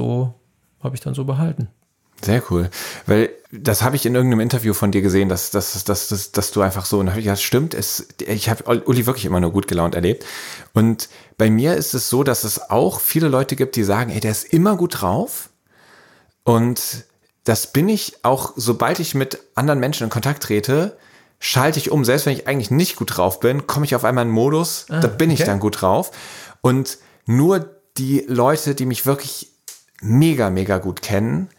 so behalten. Sehr cool, weil das habe ich in irgendeinem Interview von dir gesehen, dass du einfach so, und ja, stimmt, ich habe Uli wirklich immer nur gut gelaunt erlebt, und bei mir ist es so, dass es auch viele Leute gibt, die sagen, ey, der ist immer gut drauf, und das bin ich auch, sobald ich mit anderen Menschen in Kontakt trete, schalte ich um, selbst wenn ich eigentlich nicht gut drauf bin, komme ich auf einmal in einen Modus, da bin ich dann gut drauf, und nur die Leute, die mich wirklich mega, mega gut kennen,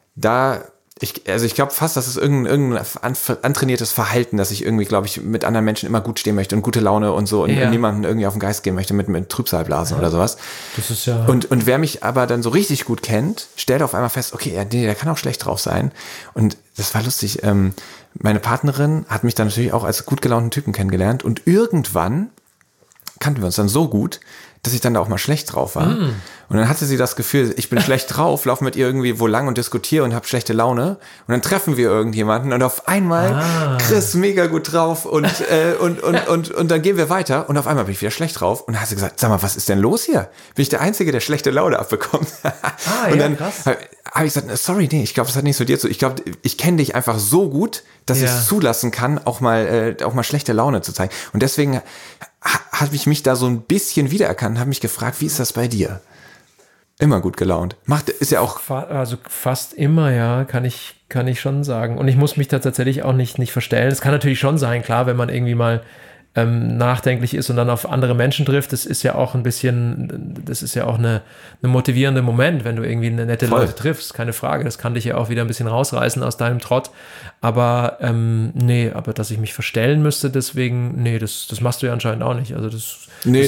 ich glaube fast, das ist irgendein antrainiertes Verhalten, dass ich irgendwie, glaube ich, mit anderen Menschen immer gut stehen möchte und gute Laune und so und niemanden irgendwie auf den Geist gehen möchte mit Trübsalblasen oder sowas. Das ist ja. Und wer mich aber dann so richtig gut kennt, stellt auf einmal fest, okay, der kann auch schlecht drauf sein. Und das war lustig. Meine Partnerin hat mich dann natürlich auch als gut gelaunten Typen kennengelernt, und irgendwann kannten wir uns dann so gut, dass ich dann da auch mal schlecht drauf war. Und dann hatte sie das Gefühl, ich bin schlecht drauf, laufe mit ihr irgendwie wo lang und diskutiere und habe schlechte Laune. Und dann treffen wir irgendjemanden und auf einmal Chris mega gut drauf und dann gehen wir weiter und auf einmal bin ich wieder schlecht drauf. Und dann hat sie gesagt, sag mal, was ist denn los hier? Bin ich der Einzige, der schlechte Laune abbekommt? Und dann habe ich gesagt, sorry, nee, ich glaube, das hat nicht so dir zu. Ich glaube, ich kenne dich einfach so gut, dass ich es zulassen kann, auch mal schlechte Laune zu zeigen. Und deswegen habe ich mich da so ein bisschen wiedererkannt und habe mich gefragt, wie ist das bei dir? Immer gut gelaunt. Ist ja auch... Also fast immer, ja, kann ich schon sagen. Und ich muss mich da tatsächlich auch nicht verstellen. Es kann natürlich schon sein, klar, wenn man irgendwie mal nachdenklich ist und dann auf andere Menschen trifft, das ist ja auch ein bisschen, das ist ja auch eine motivierende Moment, wenn du irgendwie nette Leute triffst, keine Frage. Das kann dich ja auch wieder ein bisschen rausreißen aus deinem Trott. Aber aber dass ich mich verstellen müsste, deswegen, das machst du ja anscheinend auch nicht. Also das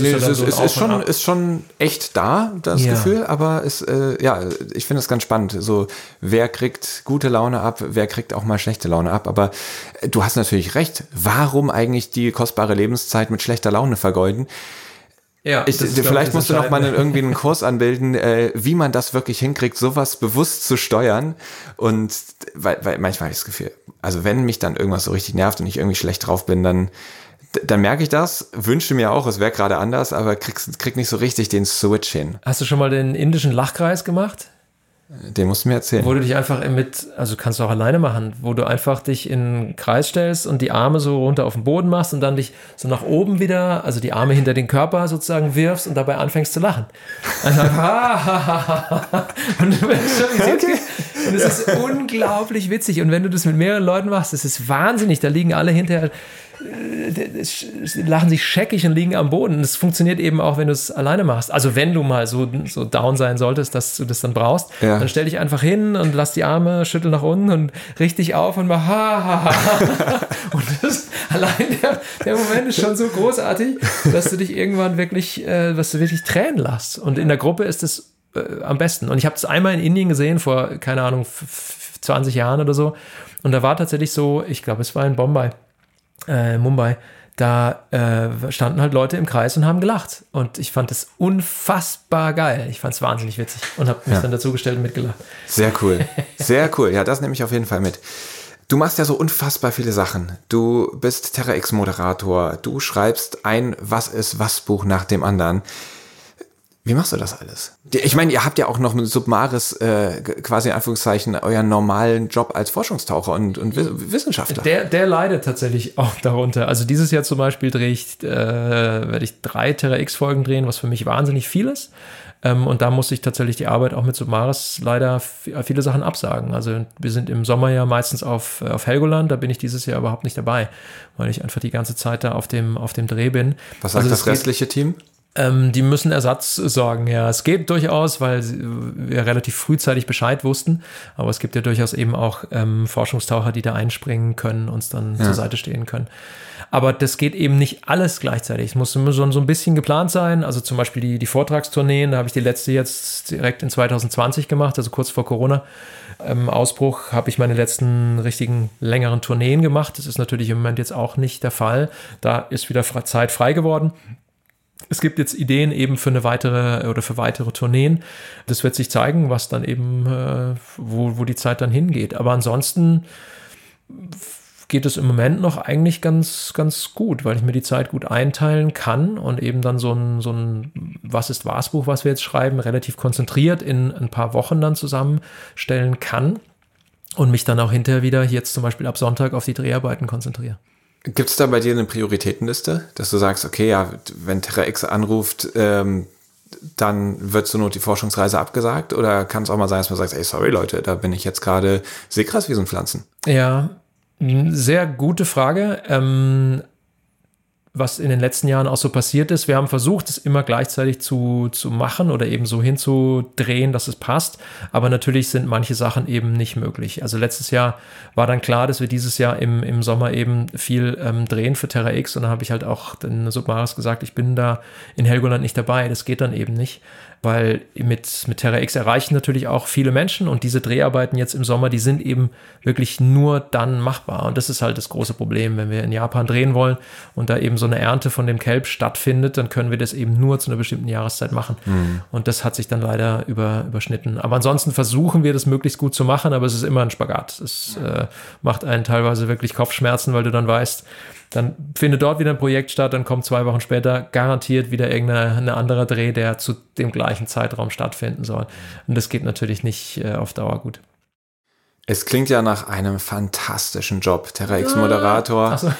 ist schon echt da, das Gefühl, aber ich finde es ganz spannend. So, wer kriegt gute Laune ab, wer kriegt auch mal schlechte Laune ab. Aber du hast natürlich recht. Warum eigentlich die kostbare Lebenszeit mit schlechter Laune vergeuden? Ja, vielleicht musst du noch mal irgendwie einen Kurs anbilden, wie man das wirklich hinkriegt, sowas bewusst zu steuern. Und weil manchmal habe ich das Gefühl, also wenn mich dann irgendwas so richtig nervt und ich irgendwie schlecht drauf bin, dann merke ich das, wünsche mir auch, es wäre gerade anders, aber krieg nicht so richtig den Switch hin. Hast du schon mal den indischen Lachkreis gemacht? Den musst du mir erzählen. Wo du dich einfach also kannst du auch alleine machen, wo du einfach dich in einen Kreis stellst und die Arme so runter auf den Boden machst und dann dich so nach oben wieder, also die Arme hinter den Körper sozusagen wirfst und dabei anfängst zu lachen. Also, und du wirst schon okay. Und es ist unglaublich witzig. Und wenn du das mit mehreren Leuten machst, das ist wahnsinnig. Da liegen alle hinterher, lachen sich scheckig und liegen am Boden. Und es funktioniert eben auch, wenn du es alleine machst. Also wenn du mal so down sein solltest, dass du das dann brauchst, dann stell dich einfach hin und lass die Arme, schüttel nach unten und richtig auf und mach Und allein der Moment ist schon so großartig, dass du dich irgendwann wirklich, dass du wirklich Tränen lässt. Und in der Gruppe ist es am besten. Und ich habe es einmal in Indien gesehen, vor, keine Ahnung, 20 Jahren oder so. Und da war tatsächlich so, ich glaube, es war in Mumbai, da standen halt Leute im Kreis und haben gelacht. Und ich fand es unfassbar geil. Ich fand es wahnsinnig witzig und habe mich dann dazugestellt und mitgelacht. Sehr cool. Sehr cool. Ja, das nehme ich auf jeden Fall mit. Du machst ja so unfassbar viele Sachen. Du bist Terra X-Moderator. Du schreibst ein Was-ist-was-Buch nach dem anderen. Wie machst du das alles? Ich meine, ihr habt ja auch noch mit Submaris quasi in Anführungszeichen euren normalen Job als Forschungstaucher und Wissenschaftler. Der leidet tatsächlich auch darunter. Also dieses Jahr zum Beispiel werde ich 3 Terra X-Folgen drehen, was für mich wahnsinnig viel ist. Und da muss ich tatsächlich die Arbeit auch mit Submaris leider viele Sachen absagen. Also wir sind im Sommer ja meistens auf Helgoland, da bin ich dieses Jahr überhaupt nicht dabei, weil ich einfach die ganze Zeit da auf dem Dreh bin. Was sagt das restliche Team? Die müssen Ersatz sorgen, ja. Es geht durchaus, weil wir relativ frühzeitig Bescheid wussten, aber es gibt ja durchaus eben auch Forschungstaucher, die da einspringen können, uns dann zur Seite stehen können. Aber das geht eben nicht alles gleichzeitig. Es muss immer so ein bisschen geplant sein. Also zum Beispiel die Vortragstourneen, da habe ich die letzte jetzt direkt in 2020 gemacht, also kurz vor Corona-Ausbruch habe ich meine letzten richtigen längeren Tourneen gemacht. Das ist natürlich im Moment jetzt auch nicht der Fall. Da ist wieder Zeit frei geworden. Es gibt jetzt Ideen eben für weitere Tourneen. Das wird sich zeigen, was dann eben, wo die Zeit dann hingeht. Aber ansonsten geht es im Moment noch eigentlich ganz, ganz gut, weil ich mir die Zeit gut einteilen kann und eben dann so ein Was-ist-was-Buch, was wir jetzt schreiben, relativ konzentriert in ein paar Wochen dann zusammenstellen kann und mich dann auch hinterher wieder jetzt zum Beispiel ab Sonntag auf die Dreharbeiten konzentriere. Gibt es da bei dir eine Prioritätenliste, dass du sagst, okay, ja, wenn Terra X anruft, dann wird zur Not die Forschungsreise abgesagt? Oder kann es auch mal sein, dass man sagt, ey, sorry Leute, da bin ich jetzt gerade Seegraswiesenpflanzen? Ja, sehr gute Frage. Was in den letzten Jahren auch so passiert ist. Wir haben versucht, es immer gleichzeitig zu machen oder eben so hinzudrehen, dass es passt. Aber natürlich sind manche Sachen eben nicht möglich. Also letztes Jahr war dann klar, dass wir dieses Jahr im Sommer eben viel drehen für Terra X. Und dann habe ich halt auch den Submaris gesagt, ich bin da in Helgoland nicht dabei. Das geht dann eben nicht. Weil mit Terra X erreichen natürlich auch viele Menschen und diese Dreharbeiten jetzt im Sommer, die sind eben wirklich nur dann machbar. Und das ist halt das große Problem, wenn wir in Japan drehen wollen und da eben so eine Ernte von dem Kelp stattfindet, dann können wir das eben nur zu einer bestimmten Jahreszeit machen. Und das hat sich dann leider überschnitten. Aber ansonsten versuchen wir das möglichst gut zu machen, aber es ist immer ein Spagat. Es macht einen teilweise wirklich Kopfschmerzen, weil du dann weißt, dann findet dort wieder ein Projekt statt, dann kommt 2 Wochen später garantiert wieder irgendein anderer Dreh, der zu dem gleichen Zeitraum stattfinden soll. Und das geht natürlich nicht auf Dauer gut. Es klingt ja nach einem fantastischen Job, Terra X-Moderator. So.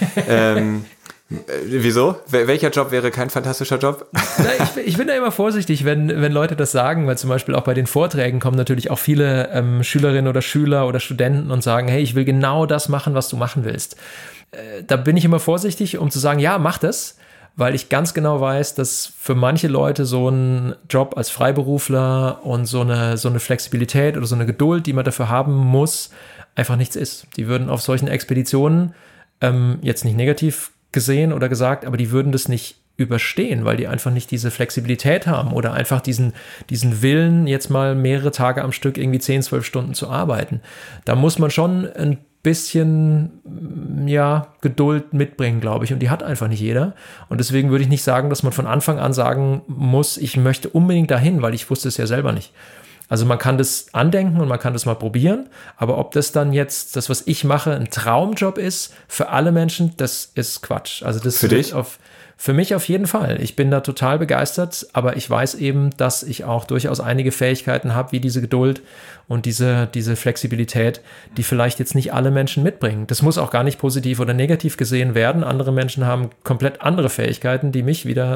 Wieso? Welcher Job wäre kein fantastischer Job? Ich bin da immer vorsichtig, wenn Leute das sagen, weil zum Beispiel auch bei den Vorträgen kommen natürlich auch viele Schülerinnen oder Schüler oder Studenten und sagen, hey, ich will genau das machen, was du machen willst. Da bin ich immer vorsichtig, um zu sagen, ja, mach das, weil ich ganz genau weiß, dass für manche Leute so ein Job als Freiberufler und so eine Flexibilität oder so eine Geduld, die man dafür haben muss, einfach nichts ist. Die würden auf solchen Expeditionen, jetzt nicht negativ gesehen oder gesagt, aber die würden das nicht überstehen, weil die einfach nicht diese Flexibilität haben oder einfach diesen Willen, jetzt mal mehrere Tage am Stück irgendwie 10, 12 Stunden zu arbeiten. Da muss man schon ein bisschen, ja, Geduld mitbringen, glaube ich. Und die hat einfach nicht jeder. Und deswegen würde ich nicht sagen, dass man von Anfang an sagen muss, ich möchte unbedingt dahin, weil ich wusste es ja selber nicht. Also man kann das andenken und man kann das mal probieren, aber ob das dann jetzt, das, was ich mache, ein Traumjob ist für alle Menschen, das ist Quatsch. Also das für dich? Für mich auf jeden Fall. Ich bin da total begeistert, aber ich weiß eben, dass ich auch durchaus einige Fähigkeiten habe, wie diese Geduld und diese Flexibilität, die vielleicht jetzt nicht alle Menschen mitbringen. Das muss auch gar nicht positiv oder negativ gesehen werden. Andere Menschen haben komplett andere Fähigkeiten, die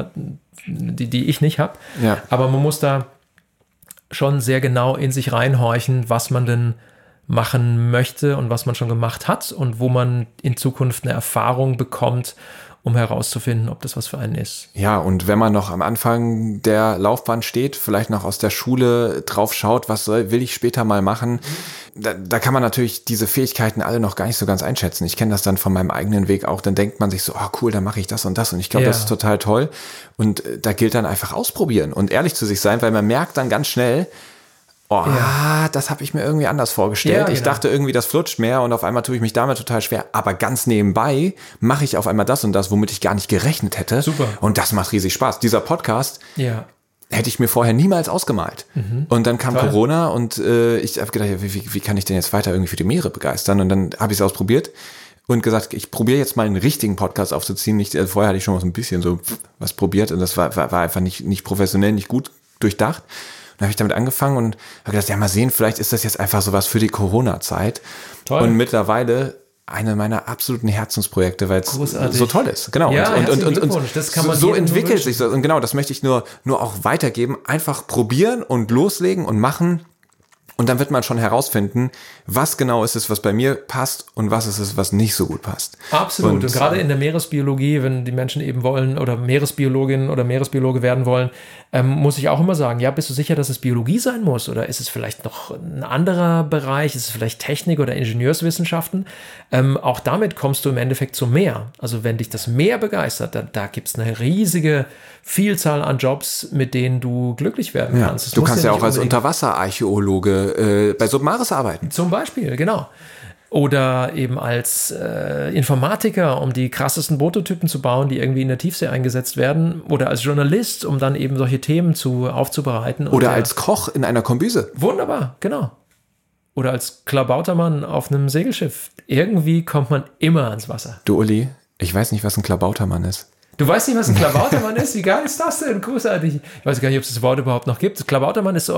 ich nicht habe. Ja. Aber man muss da schon sehr genau in sich reinhorchen, was man denn machen möchte und was man schon gemacht hat und wo man in Zukunft eine Erfahrung bekommt, um herauszufinden, ob das was für einen ist. Ja, und wenn man noch am Anfang der Laufbahn steht, vielleicht noch aus der Schule drauf schaut, will ich später mal machen, da kann man natürlich diese Fähigkeiten alle noch gar nicht so ganz einschätzen. Ich kenne das dann von meinem eigenen Weg auch. Dann denkt man sich so, cool, dann mache ich das und das. Und ich glaube, das ist total toll. Und da gilt dann einfach ausprobieren und ehrlich zu sich sein, weil man merkt dann ganz schnell, das habe ich mir irgendwie anders vorgestellt. Ja, ich dachte irgendwie, das flutscht mehr und auf einmal tue ich mich damit total schwer. Aber ganz nebenbei mache ich auf einmal das und das, womit ich gar nicht gerechnet hätte. Super. Und das macht riesig Spaß. Dieser Podcast hätte ich mir vorher niemals ausgemalt. Und dann kam Corona und ich habe gedacht, wie kann ich denn jetzt weiter irgendwie für die Meere begeistern? Und dann habe ich es ausprobiert und gesagt, ich probiere jetzt mal einen richtigen Podcast aufzuziehen. Vorher hatte ich schon mal so ein bisschen so was probiert und das war einfach nicht professionell, nicht gut durchdacht. Dann habe ich damit angefangen und habe gedacht, ja, mal sehen, vielleicht ist das jetzt einfach sowas für die Corona-Zeit. Toll. Und mittlerweile eine meiner absoluten Herzensprojekte, weil es so toll ist. Genau. Ja, und das kann man so entwickelt sich das. Und genau, das möchte ich nur auch weitergeben. Einfach probieren und loslegen und machen. Und dann wird man schon herausfinden, was genau ist es, was bei mir passt und was ist es, was nicht so gut passt. Absolut. Und gerade in der Meeresbiologie, wenn die Menschen eben wollen oder Meeresbiologin oder Meeresbiologe werden wollen, muss ich auch immer sagen, ja, bist du sicher, dass es Biologie sein muss? Oder ist es vielleicht noch ein anderer Bereich? Ist es vielleicht Technik oder Ingenieurswissenschaften? Auch damit kommst du im Endeffekt zum Meer. Also wenn dich das Meer begeistert, da gibt es eine riesige Vielzahl an Jobs, mit denen du glücklich werden kannst. Du kannst ja auch als Unterwasserarchäologe bei Submaris arbeiten. Zum Beispiel, genau. Oder eben als Informatiker, um die krassesten Prototypen zu bauen, die irgendwie in der Tiefsee eingesetzt werden. Oder als Journalist, um dann eben solche Themen aufzubereiten. Oder als Koch in einer Kombüse. Wunderbar, genau. Oder als Klabautermann auf einem Segelschiff. Irgendwie kommt man immer ans Wasser. Du, Uli, ich weiß nicht, was ein Klabautermann ist. Du weißt nicht, was ein Klabautermann ist? Wie geil ist das denn? Großartig. Ich weiß gar nicht, ob es das Wort überhaupt noch gibt. Klabautermann ist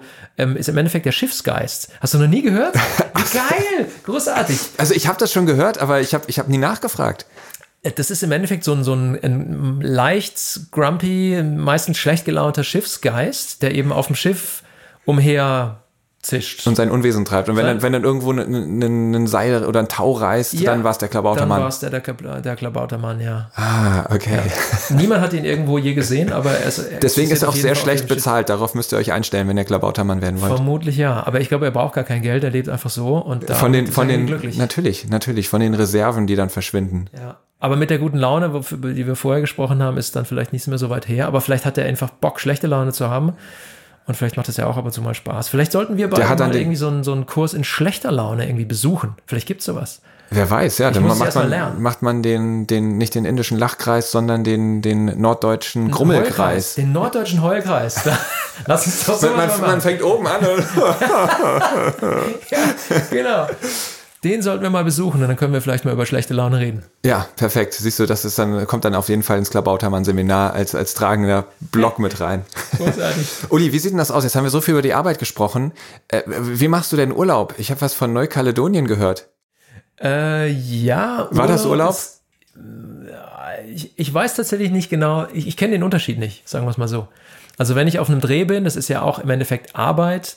ist im Endeffekt der Schiffsgeist. Hast du noch nie gehört? Wie geil! Großartig. Also ich habe das schon gehört, aber ich hab nie nachgefragt. Das ist im Endeffekt so ein leicht grumpy, meistens schlecht gelaunter Schiffsgeist, der eben auf dem Schiff umher zischt. Und sein Unwesen treibt. Und wenn dann irgendwo ein Seil oder ein Tau reißt, dann war es der Klabautermann. Dann war es der Klabautermann, ja. Ah, okay. Ja. Niemand hat ihn irgendwo je gesehen, aber deswegen ist er auch sehr schlecht bezahlt. Darauf müsst ihr euch einstellen, wenn ihr Klabautermann werden wollt. Vermutlich ja. Aber ich glaube, er braucht gar kein Geld. Er lebt einfach so. Und von den glücklich. Natürlich. Von den Reserven, die dann verschwinden. Ja. Aber mit der guten Laune, über die wir vorher gesprochen haben, ist dann vielleicht nicht mehr so weit her. Aber vielleicht hat er einfach Bock, schlechte Laune zu haben. Und vielleicht macht das ja auch ab und zu mal Spaß. Vielleicht sollten wir beide mal irgendwie so einen Kurs in schlechter Laune irgendwie besuchen. Vielleicht gibt es sowas. Wer weiß, ja. Dann macht man nicht den indischen Lachkreis, sondern den norddeutschen Grummelkreis. Den norddeutschen Heulkreis. Lass uns doch so machen. Man fängt oben an. Ja, genau. Den sollten wir mal besuchen und dann können wir vielleicht mal über schlechte Laune reden. Ja, perfekt. Siehst du, kommt dann auf jeden Fall ins Klabautermann-Seminar als tragender Block mit rein. Großartig. Uli, wie sieht denn das aus? Jetzt haben wir so viel über die Arbeit gesprochen. Wie machst du denn Urlaub? Ich habe was von Neukaledonien gehört. Ja. War das Urlaub? Ich weiß tatsächlich nicht genau. Ich kenne den Unterschied nicht, sagen wir es mal so. Also wenn ich auf einem Dreh bin, das ist ja auch im Endeffekt Arbeit,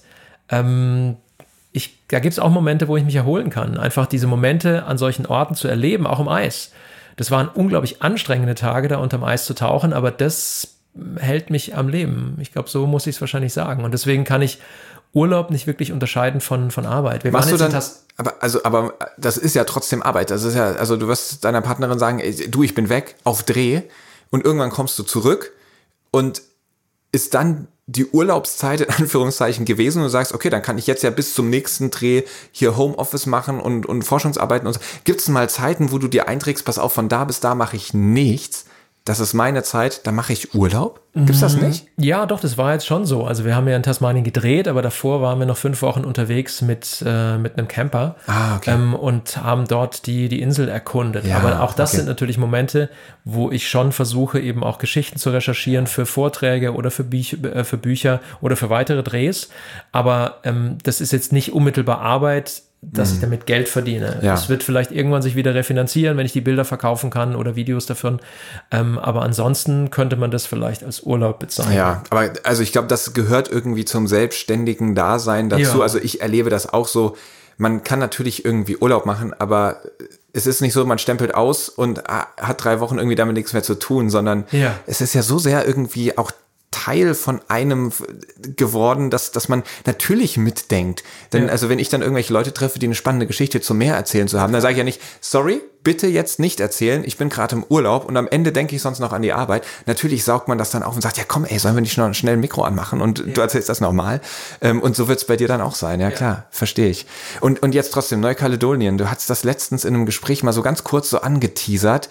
da gibt es auch Momente, wo ich mich erholen kann. Einfach diese Momente an solchen Orten zu erleben, auch im Eis. Das waren unglaublich anstrengende Tage, da unterm Eis zu tauchen, aber das hält mich am Leben. Ich glaube, so muss ich es wahrscheinlich sagen. Und deswegen kann ich Urlaub nicht wirklich unterscheiden von Arbeit. Aber das ist ja trotzdem Arbeit. Das ist ja, also du wirst deiner Partnerin sagen, ey, du, ich bin weg, auf Dreh, und irgendwann kommst du zurück und ist dann die Urlaubszeit in Anführungszeichen gewesen und du sagst, okay, dann kann ich jetzt ja bis zum nächsten Dreh hier Homeoffice machen und Forschungsarbeiten und so. Gibt es mal Zeiten, wo du dir einträgst, pass auf, von da bis da mache ich nichts, das ist meine Zeit, da mache ich Urlaub? Gibt's das nicht? Ja, doch, das war jetzt schon so. Also wir haben ja in Tasmanien gedreht, aber davor waren wir noch 5 Wochen unterwegs mit einem Camper und haben dort die Insel erkundet. Ja, aber auch das sind natürlich Momente, wo ich schon versuche, eben auch Geschichten zu recherchieren für Vorträge oder für Bücher oder für weitere Drehs. Aber das ist jetzt nicht unmittelbar Arbeit, dass ich damit Geld verdiene. Das wird vielleicht irgendwann sich wieder refinanzieren, wenn ich die Bilder verkaufen kann oder Videos davon. Aber ansonsten könnte man das vielleicht als Urlaub bezeichnen. Ja, aber also ich glaube, das gehört irgendwie zum selbstständigen Dasein dazu. Ja. Also ich erlebe das auch so. Man kann natürlich irgendwie Urlaub machen, aber es ist nicht so, man stempelt aus und hat 3 Wochen irgendwie damit nichts mehr zu tun, sondern es ist ja so sehr irgendwie auch Teil von einem geworden, dass man natürlich mitdenkt. Denn also wenn ich dann irgendwelche Leute treffe, die eine spannende Geschichte zum Meer erzählen zu haben, dann sage ich ja nicht, sorry, bitte jetzt nicht erzählen, ich bin gerade im Urlaub und am Ende denke ich sonst noch an die Arbeit. Natürlich saugt man das dann auf und sagt, ja komm, sollen wir nicht schnell ein Mikro anmachen und du erzählst das nochmal. Und so wird es bei dir dann auch sein. Ja klar, verstehe ich. Und jetzt trotzdem, Neukaledonien, du hast das letztens in einem Gespräch mal so ganz kurz so angeteasert.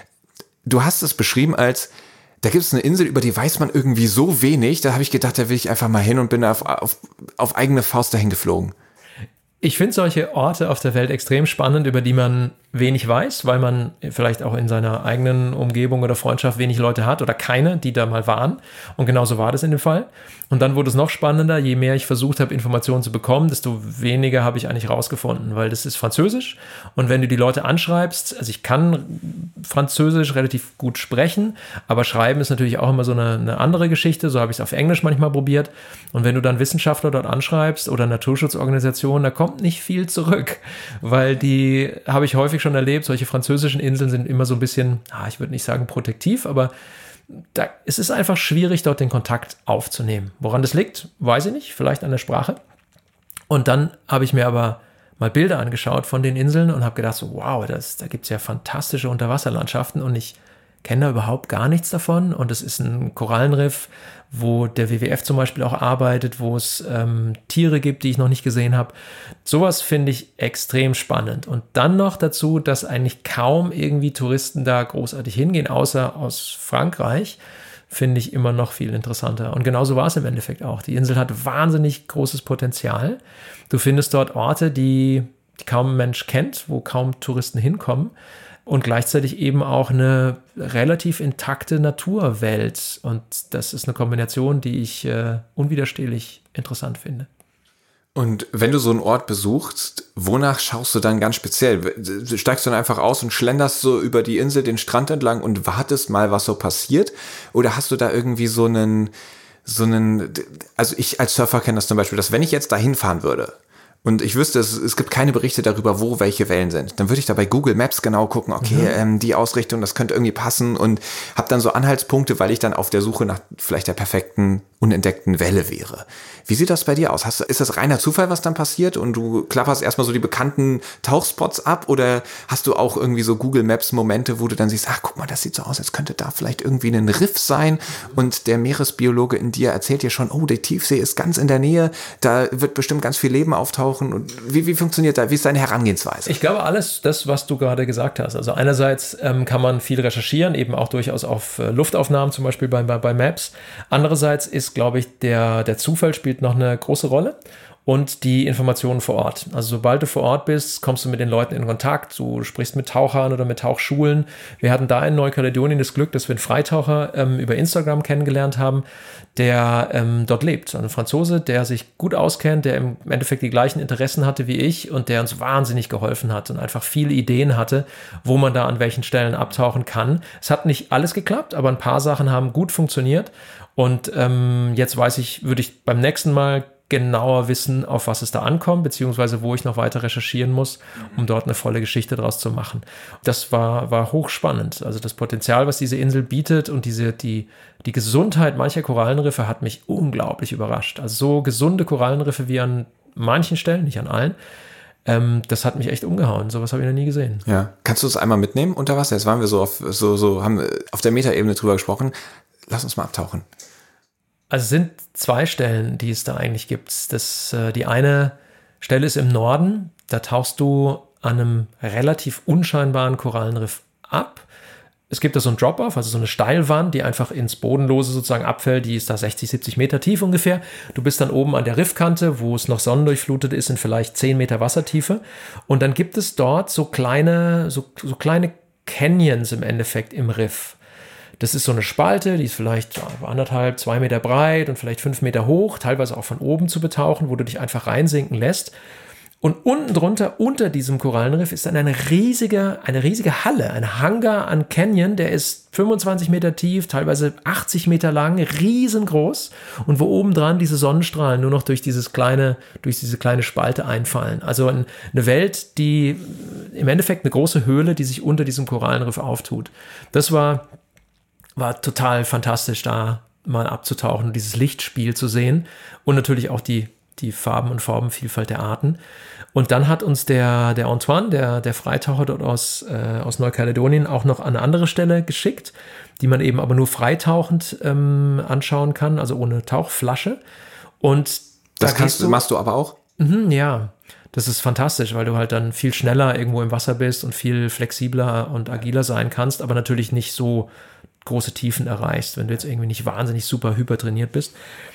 Du hast es beschrieben als, da gibt es eine Insel, über die weiß man irgendwie so wenig, da habe ich gedacht, da will ich einfach mal hin und bin auf eigene Faust dahin geflogen. Ich finde solche Orte auf der Welt extrem spannend, über die man wenig weiß, weil man vielleicht auch in seiner eigenen Umgebung oder Freundschaft wenig Leute hat oder keine, die da mal waren. Und genauso war das in dem Fall. Und dann wurde es noch spannender. Je mehr ich versucht habe, Informationen zu bekommen, desto weniger habe ich eigentlich rausgefunden, weil das ist Französisch. Und wenn du die Leute anschreibst, also ich kann Französisch relativ gut sprechen, aber schreiben ist natürlich auch immer so eine andere Geschichte. So habe ich es auf Englisch manchmal probiert. Und wenn du dann Wissenschaftler dort anschreibst oder Naturschutzorganisationen, da kommt nicht viel zurück, weil die habe ich häufig schon erlebt, solche französischen Inseln sind immer so ein bisschen, ich würde nicht sagen protektiv, aber es ist einfach schwierig, dort den Kontakt aufzunehmen. Woran das liegt, weiß ich nicht, vielleicht an der Sprache. Und dann habe ich mir aber mal Bilder angeschaut von den Inseln und habe gedacht, so, wow, da gibt es ja fantastische Unterwasserlandschaften und ich kenne da überhaupt gar nichts davon. Und es ist ein Korallenriff, wo der WWF zum Beispiel auch arbeitet, wo es Tiere gibt, die ich noch nicht gesehen habe. Sowas finde ich extrem spannend. Und dann noch dazu, dass eigentlich kaum irgendwie Touristen da großartig hingehen, außer aus Frankreich, finde ich immer noch viel interessanter. Und genauso war es im Endeffekt auch. Die Insel hat wahnsinnig großes Potenzial. Du findest dort Orte, die kaum ein Mensch kennt, wo kaum Touristen hinkommen. Und gleichzeitig eben auch eine relativ intakte Naturwelt. Und das ist eine Kombination, die ich unwiderstehlich interessant finde. Und wenn du so einen Ort besuchst, wonach schaust du dann ganz speziell? Steigst du dann einfach aus und schlenderst so über die Insel den Strand entlang und wartest mal, was so passiert? Oder hast du da irgendwie so einen, also ich als Surfer kenne das zum Beispiel, dass wenn ich jetzt da hinfahren würde, und ich wüsste, es gibt keine Berichte darüber, wo welche Wellen sind. Dann würde ich da bei Google Maps genau gucken, okay, die Ausrichtung, das könnte irgendwie passen und habe dann so Anhaltspunkte, weil ich dann auf der Suche nach vielleicht der perfekten, unentdeckten Welle wäre. Wie sieht das bei dir aus? Ist das reiner Zufall, was dann passiert und du klapperst erstmal so die bekannten Tauchspots ab oder hast du auch irgendwie so Google Maps Momente, wo du dann siehst, guck mal, das sieht so aus, als könnte da vielleicht irgendwie ein Riff sein und der Meeresbiologe in dir erzählt dir schon, oh, die Tiefsee ist ganz in der Nähe, da wird bestimmt ganz viel Leben auftauchen. Und wie funktioniert das? Wie ist deine Herangehensweise? Ich glaube, alles das, was du gerade gesagt hast. Also einerseits kann man viel recherchieren, eben auch durchaus auf Luftaufnahmen, zum Beispiel bei Maps. Andererseits ist, glaube ich, der Zufall spielt noch eine große Rolle. Und die Informationen vor Ort. Also sobald du vor Ort bist, kommst du mit den Leuten in Kontakt, du sprichst mit Tauchern oder mit Tauchschulen. Wir hatten da in Neukaledonien das Glück, dass wir einen Freitaucher über Instagram kennengelernt haben, der dort lebt. Ein Franzose, der sich gut auskennt, der im Endeffekt die gleichen Interessen hatte wie ich und der uns wahnsinnig geholfen hat und einfach viele Ideen hatte, wo man da an welchen Stellen abtauchen kann. Es hat nicht alles geklappt, aber ein paar Sachen haben gut funktioniert. Und jetzt würde ich beim nächsten Mal genauer wissen, auf was es da ankommt, beziehungsweise wo ich noch weiter recherchieren muss, um dort eine volle Geschichte draus zu machen. Das war hochspannend. Also das Potenzial, was diese Insel bietet und die Gesundheit mancher Korallenriffe hat mich unglaublich überrascht. Also so gesunde Korallenriffe wie an manchen Stellen, nicht an allen, das hat mich echt umgehauen. Sowas habe ich noch nie gesehen. Ja. Kannst du es einmal mitnehmen unter Wasser? Jetzt waren wir haben auf der Metaebene drüber gesprochen. Lass uns mal abtauchen. Also es sind 2 Stellen, die es da eigentlich gibt. Die eine Stelle ist im Norden, da tauchst du an einem relativ unscheinbaren Korallenriff ab. es gibt da so einen Drop-Off, also so eine Steilwand, die einfach ins Bodenlose sozusagen abfällt, die ist da 60, 70 Meter tief ungefähr. Du bist dann oben an der Riffkante, wo es noch sonnendurchflutet ist, in vielleicht 10 Meter Wassertiefe. Und dann gibt es dort so kleine Canyons im Endeffekt im Riff. Das ist so eine Spalte, die ist vielleicht 1,5, 2 Meter breit und vielleicht 5 Meter hoch, teilweise auch von oben zu betauchen, wo du dich einfach reinsinken lässt. Und unten drunter, unter diesem Korallenriff, ist dann eine riesige Halle, ein Hangar an Canyon, der ist 25 Meter tief, teilweise 80 Meter lang, riesengroß und wo obendran diese Sonnenstrahlen nur noch durch diese kleine Spalte einfallen. Also eine Welt, die im Endeffekt eine große Höhle, die sich unter diesem Korallenriff auftut. Das war total fantastisch, da mal abzutauchen und dieses Lichtspiel zu sehen und natürlich auch die Farben und Formenvielfalt der Arten. Und dann hat uns der Antoine, der Freitaucher dort aus Neukaledonien, auch noch an eine andere Stelle geschickt, die man eben aber nur freitauchend anschauen kann, also ohne Tauchflasche. Und das machst du aber auch? Ja, das ist fantastisch, weil du halt dann viel schneller irgendwo im Wasser bist und viel flexibler und agiler sein kannst, aber natürlich nicht so große Tiefen erreichst, wenn du jetzt irgendwie nicht wahnsinnig super hypertrainiert bist.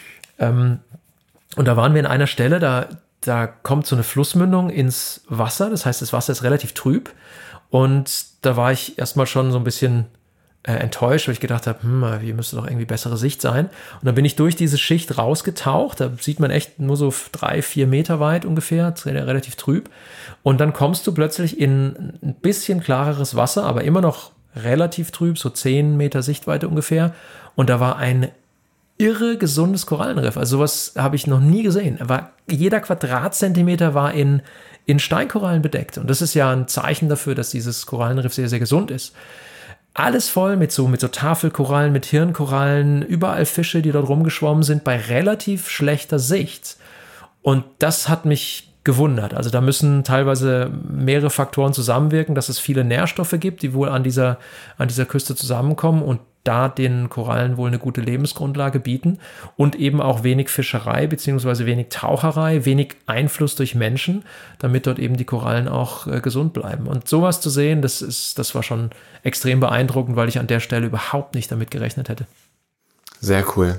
Und da waren wir in einer Stelle, da kommt so eine Flussmündung ins Wasser. Das heißt, das Wasser ist relativ trüb. Und da war ich erstmal schon so ein bisschen enttäuscht, weil ich gedacht habe, hier müsste doch irgendwie bessere Sicht sein. Und dann bin ich durch diese Schicht rausgetaucht. Da sieht man echt nur so 3-4 Meter weit ungefähr, relativ trüb. Und dann kommst du plötzlich in ein bisschen klareres Wasser, aber immer noch relativ trüb, so 10 Meter Sichtweite ungefähr. Und da war ein irre gesundes Korallenriff. Also sowas habe ich noch nie gesehen. Jeder Quadratzentimeter war in Steinkorallen bedeckt. Und das ist ja ein Zeichen dafür, dass dieses Korallenriff sehr, sehr gesund ist. Alles voll mit so Tafelkorallen, mit Hirnkorallen, überall Fische, die dort rumgeschwommen sind, bei relativ schlechter Sicht. Und das hat mich gewundert. Also da müssen teilweise mehrere Faktoren zusammenwirken, dass es viele Nährstoffe gibt, die wohl an dieser Küste zusammenkommen und da den Korallen wohl eine gute Lebensgrundlage bieten und eben auch wenig Fischerei beziehungsweise wenig Taucherei, wenig Einfluss durch Menschen, damit dort eben die Korallen auch gesund bleiben. Und sowas zu sehen, das war schon extrem beeindruckend, weil ich an der Stelle überhaupt nicht damit gerechnet hätte. Sehr cool.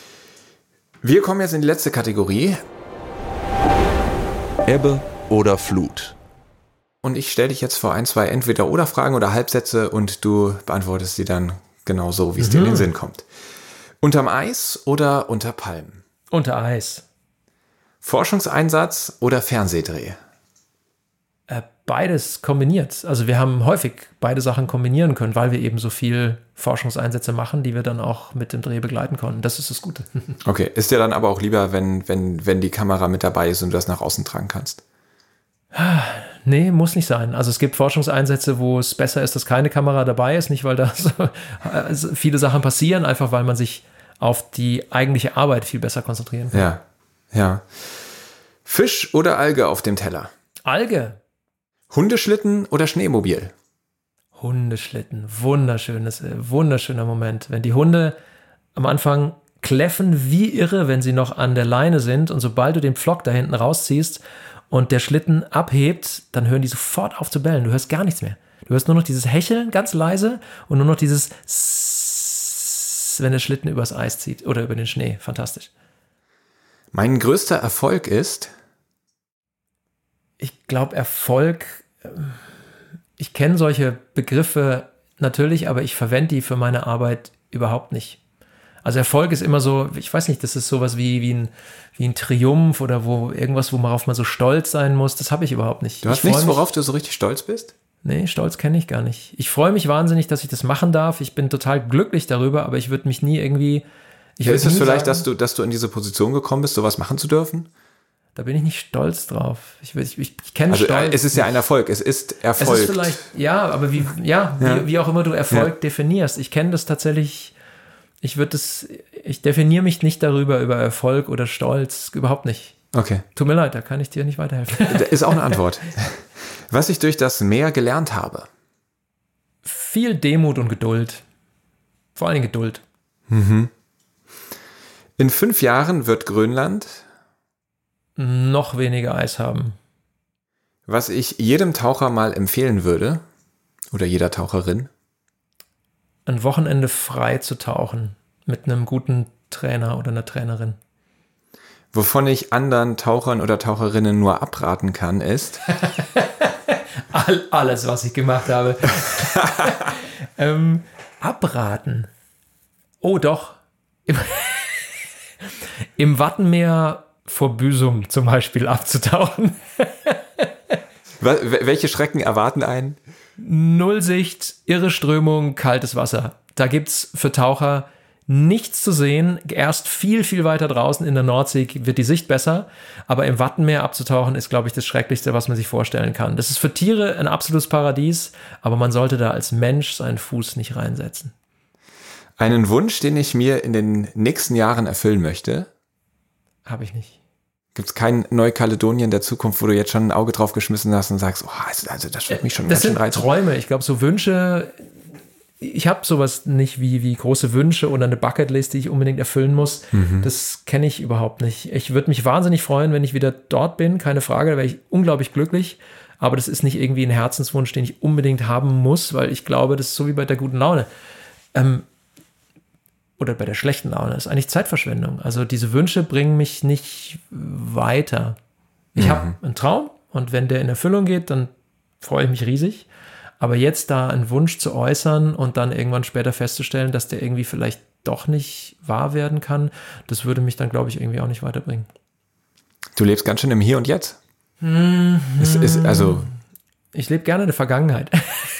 Wir kommen jetzt in die letzte Kategorie. Ebbe oder Flut. Und ich stelle dich jetzt vor 1, 2 Entweder-oder-Fragen oder Halbsätze und du beantwortest sie dann genau so, wie es dir in den Sinn kommt. Unterm Eis oder unter Palmen? Unter Eis. Forschungseinsatz oder Fernsehdreh? Beides kombiniert. Also wir haben häufig beide Sachen kombinieren können, weil wir eben so viel Forschungseinsätze machen, die wir dann auch mit dem Dreh begleiten konnten. Das ist das Gute. Okay, ist dir dann aber auch lieber, wenn die Kamera mit dabei ist und du das nach außen tragen kannst? Nee, muss nicht sein. Also es gibt Forschungseinsätze, wo es besser ist, dass keine Kamera dabei ist. Nicht, weil da so viele Sachen passieren, einfach weil man sich auf die eigentliche Arbeit viel besser konzentrieren kann. Ja. Fisch oder Alge auf dem Teller? Alge. Hundeschlitten oder Schneemobil? Hundeschlitten. Wunderschöner Moment. Wenn die Hunde am Anfang kläffen wie irre, wenn sie noch an der Leine sind und sobald du den Pflock da hinten rausziehst und der Schlitten abhebt, dann hören die sofort auf zu bellen. Du hörst gar nichts mehr. Du hörst nur noch dieses Hecheln, ganz leise, und nur noch dieses Sss, wenn der Schlitten übers Eis zieht oder über den Schnee. Fantastisch. Mein größter Erfolg ist? Ich glaube, Erfolg, ich kenne solche Begriffe natürlich, aber ich verwende die für meine Arbeit überhaupt nicht. Also Erfolg ist immer so, ich weiß nicht, das ist sowas wie ein Triumph oder worauf man so stolz sein muss. Das habe ich überhaupt nicht. Du hast nichts, worauf du so richtig stolz bist? Nee, Stolz kenne ich gar nicht. Ich freue mich wahnsinnig, dass ich das machen darf. Ich bin total glücklich darüber, aber ich würde mich nie irgendwie... Ist es vielleicht, sagen, dass du in diese Position gekommen bist, sowas machen zu dürfen? Da bin ich nicht stolz drauf. Ich kenne also, Stolz. Es ist ja ein Erfolg. Es ist Erfolg. Es ist vielleicht, ja, aber wie auch immer du Erfolg definierst. Ich kenne das tatsächlich... Ich definiere mich nicht darüber, über Erfolg oder Stolz, überhaupt nicht. Okay. Tut mir leid, da kann ich dir nicht weiterhelfen. Das ist auch eine Antwort. Was ich durch das Meer gelernt habe? Viel Demut und Geduld. Vor allem Geduld. Mhm. In 5 Jahren wird Grönland noch weniger Eis haben. Was ich jedem Taucher mal empfehlen würde, oder jeder Taucherin? ein Wochenende frei zu tauchen mit einem guten Trainer oder einer Trainerin. Wovon ich anderen Tauchern oder Taucherinnen nur abraten kann, ist... Alles, was ich gemacht habe. Abraten. Oh, doch. Im Wattenmeer vor Büsum zum Beispiel abzutauchen. Welche Schrecken erwarten einen? Nullsicht, irre Strömung, kaltes Wasser. Da gibt's für Taucher nichts zu sehen. Erst viel, viel weiter draußen in der Nordsee wird die Sicht besser. Aber im Wattenmeer abzutauchen ist, glaube ich, das Schrecklichste, was man sich vorstellen kann. Das ist für Tiere ein absolutes Paradies, aber man sollte da als Mensch seinen Fuß nicht reinsetzen. Einen Wunsch, den ich mir in den nächsten Jahren erfüllen möchte? Habe ich nicht. Gibt es kein Neukaledonien der Zukunft, wo du jetzt schon ein Auge drauf geschmissen hast und sagst, also das wird mich schon ganz schön reizen? Das sind Träume. Ich glaube, so Wünsche... Ich habe sowas nicht wie große Wünsche oder eine Bucketlist, die ich unbedingt erfüllen muss. Das kenne ich überhaupt nicht. Ich würde mich wahnsinnig freuen, wenn ich wieder dort bin, keine Frage, da wäre ich unglaublich glücklich. Aber das ist nicht irgendwie ein Herzenswunsch, den ich unbedingt haben muss, weil ich glaube, das ist so wie bei der guten Laune. Oder bei der schlechten Laune. Das ist eigentlich Zeitverschwendung. Also diese Wünsche bringen mich nicht weiter. Ich habe einen Traum und wenn der in Erfüllung geht, dann freue ich mich riesig. Aber jetzt da einen Wunsch zu äußern und dann irgendwann später festzustellen, dass der irgendwie vielleicht doch nicht wahr werden kann, das würde mich dann, glaube ich, irgendwie auch nicht weiterbringen. Du lebst ganz schön im Hier und Jetzt. Ich lebe gerne in der Vergangenheit.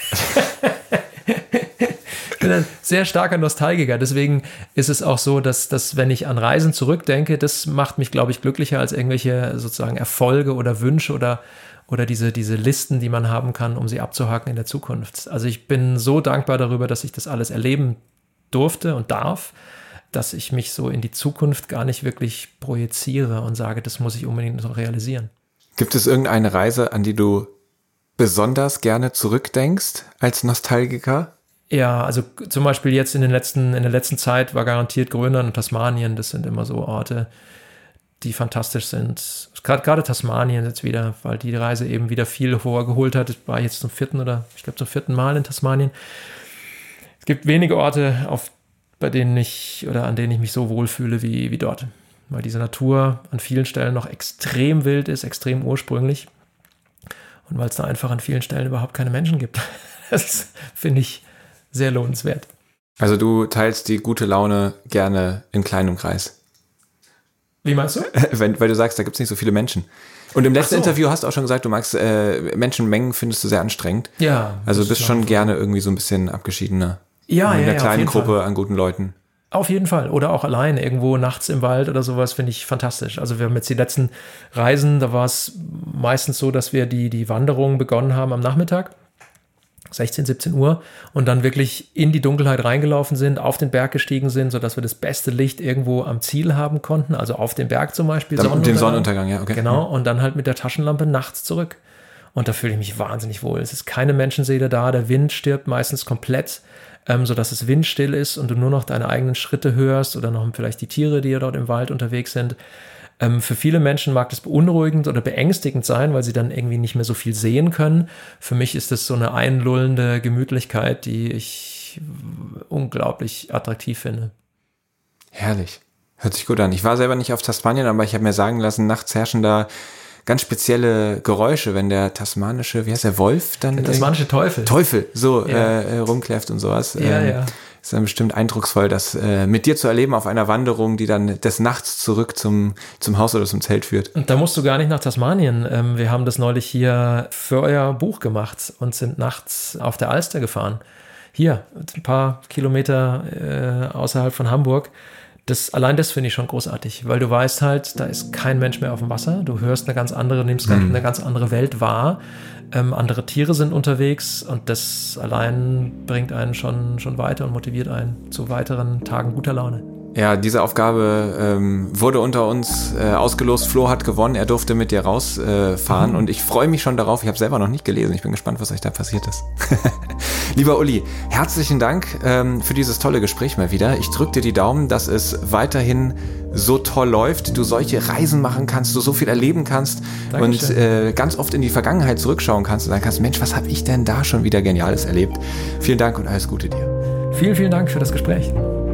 Ich bin ein sehr starker Nostalgiker. Deswegen ist es auch so, dass wenn ich an Reisen zurückdenke, das macht mich, glaube ich, glücklicher als irgendwelche sozusagen Erfolge oder Wünsche oder diese Listen, die man haben kann, um sie abzuhaken in der Zukunft. Also ich bin so dankbar darüber, dass ich das alles erleben durfte und darf, dass ich mich so in die Zukunft gar nicht wirklich projiziere und sage, das muss ich unbedingt noch realisieren. Gibt es irgendeine Reise, an die du besonders gerne zurückdenkst als Nostalgiker? Ja, also zum Beispiel jetzt in der letzten Zeit war garantiert Grönland und Tasmanien, das sind immer so Orte, die fantastisch sind. Gerade Tasmanien jetzt wieder, weil die Reise eben wieder viel hoher geholt hat. Ich war jetzt zum vierten Mal in Tasmanien. Es gibt wenige Orte, an denen ich mich so wohlfühle wie dort. Weil diese Natur an vielen Stellen noch extrem wild ist, extrem ursprünglich. Und weil es da einfach an vielen Stellen überhaupt keine Menschen gibt. Das finde ich sehr lohnenswert. Also du teilst die gute Laune gerne in kleinem Kreis. Wie meinst du? Weil du sagst, da gibt es nicht so viele Menschen. Und im letzten Interview hast du auch schon gesagt, du magst Menschenmengen, findest du sehr anstrengend. Ja. Also du bist schon gerne irgendwie so ein bisschen abgeschiedener. Ja, in einer kleinen Gruppe Fall. An guten Leuten. Auf jeden Fall. Oder auch allein irgendwo nachts im Wald oder sowas finde ich fantastisch. Also wir haben jetzt die letzten Reisen, da war es meistens so, dass wir die Wanderung begonnen haben am Nachmittag. 16, 17 Uhr und dann wirklich in die Dunkelheit reingelaufen sind, auf den Berg gestiegen sind, sodass wir das beste Licht irgendwo am Ziel haben konnten, also auf dem Berg zum Beispiel. Den Sonnenuntergang, ja, okay. Genau, und dann halt mit der Taschenlampe nachts zurück. Und da fühle ich mich wahnsinnig wohl. Es ist keine Menschenseele da, der Wind stirbt meistens komplett, sodass es windstill ist und du nur noch deine eigenen Schritte hörst oder noch vielleicht die Tiere, die dort im Wald unterwegs sind. Für viele Menschen mag das beunruhigend oder beängstigend sein, weil sie dann irgendwie nicht mehr so viel sehen können. Für mich ist das so eine einlullende Gemütlichkeit, die ich unglaublich attraktiv finde. Herrlich. Hört sich gut an. Ich war selber nicht auf Tasmanien, aber ich habe mir sagen lassen, nachts herrschen da ganz spezielle Geräusche, wenn der tasmanische, wie heißt der, Wolf dann? Der tasmanische Teufel. Rumkläfft und sowas. Ja. Ist dann bestimmt eindrucksvoll, das mit dir zu erleben auf einer Wanderung, die dann des Nachts zurück zum Haus oder zum Zelt führt. Und da musst du gar nicht nach Tasmanien. Wir haben das neulich hier für euer Buch gemacht und sind nachts auf der Alster gefahren. Hier, ein paar Kilometer außerhalb von Hamburg. Allein das finde ich schon großartig, weil du weißt halt, da ist kein Mensch mehr auf dem Wasser. Du hörst nimmst eine ganz andere Welt wahr. Andere Tiere sind unterwegs und das allein bringt einen schon weiter und motiviert einen zu weiteren Tagen guter Laune. Ja, diese Aufgabe wurde unter uns ausgelost. Flo hat gewonnen, er durfte mit dir rausfahren und ich freue mich schon darauf. Ich habe selber noch nicht gelesen, ich bin gespannt, was euch da passiert ist. Lieber Uli, herzlichen Dank für dieses tolle Gespräch mal wieder. Ich drücke dir die Daumen, dass es weiterhin so toll läuft, du solche Reisen machen kannst, du so viel erleben kannst. Dankeschön. Und ganz oft in die Vergangenheit zurückschauen kannst und sagen kannst, Mensch, was habe ich denn da schon wieder Geniales erlebt? Vielen Dank und alles Gute dir. Vielen, vielen Dank für das Gespräch.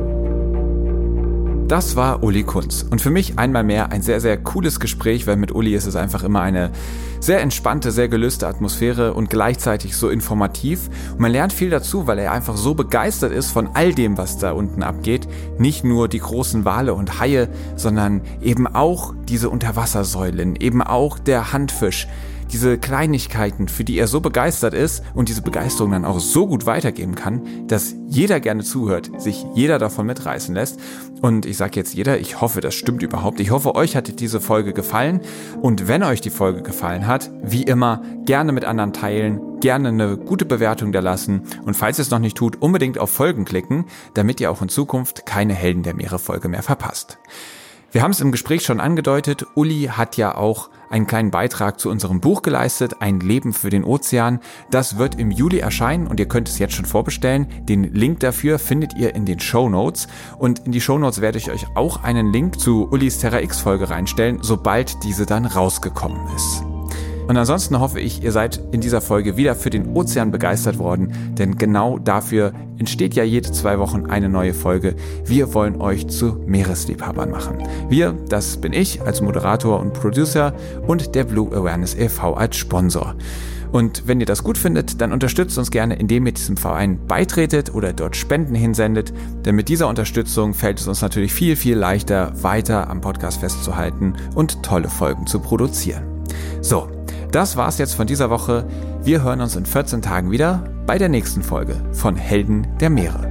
Das war Uli Kunz und für mich einmal mehr ein sehr, sehr cooles Gespräch, weil mit Uli ist es einfach immer eine sehr entspannte, sehr gelöste Atmosphäre und gleichzeitig so informativ. Und man lernt viel dazu, weil er einfach so begeistert ist von all dem, was da unten abgeht. Nicht nur die großen Wale und Haie, sondern eben auch diese Unterwassersäulen, eben auch der Handfisch. Diese Kleinigkeiten, für die er so begeistert ist und diese Begeisterung dann auch so gut weitergeben kann, dass jeder gerne zuhört, sich jeder davon mitreißen lässt. Und ich sage jetzt jeder, ich hoffe, das stimmt überhaupt. Ich hoffe, euch hat diese Folge gefallen. Und wenn euch die Folge gefallen hat, wie immer, gerne mit anderen teilen, gerne eine gute Bewertung da lassen. Und falls ihr es noch nicht tut, unbedingt auf Folgen klicken, damit ihr auch in Zukunft keine Helden der Meere Folge mehr verpasst. Wir haben es im Gespräch schon angedeutet, Uli hat ja auch einen kleinen Beitrag zu unserem Buch geleistet, Ein Leben für den Ozean. Das wird im Juli erscheinen und ihr könnt es jetzt schon vorbestellen. Den Link dafür findet ihr in den Shownotes. Und in die Shownotes werde ich euch auch einen Link zu Ulis Terra X-Folge reinstellen, sobald diese dann rausgekommen ist. Und ansonsten hoffe ich, ihr seid in dieser Folge wieder für den Ozean begeistert worden, denn genau dafür entsteht ja jede 2 Wochen eine neue Folge. Wir wollen euch zu Meeresliebhabern machen. Wir, das bin ich als Moderator und Producer und der Blue Awareness e.V. als Sponsor. Und wenn ihr das gut findet, dann unterstützt uns gerne, indem ihr diesem Verein beitretet oder dort Spenden hinsendet. Denn mit dieser Unterstützung fällt es uns natürlich viel, viel leichter, weiter am Podcast festzuhalten und tolle Folgen zu produzieren. So, das war's jetzt von dieser Woche. Wir hören uns in 14 Tagen wieder bei der nächsten Folge von Helden der Meere.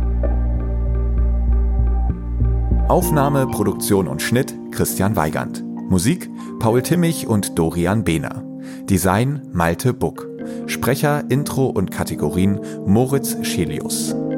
Aufnahme, Produktion und Schnitt Christian Weigand. Musik Paul Timmich und Dorian Behner. Design Malte Buck. Sprecher, Intro und Kategorien Moritz Schelius.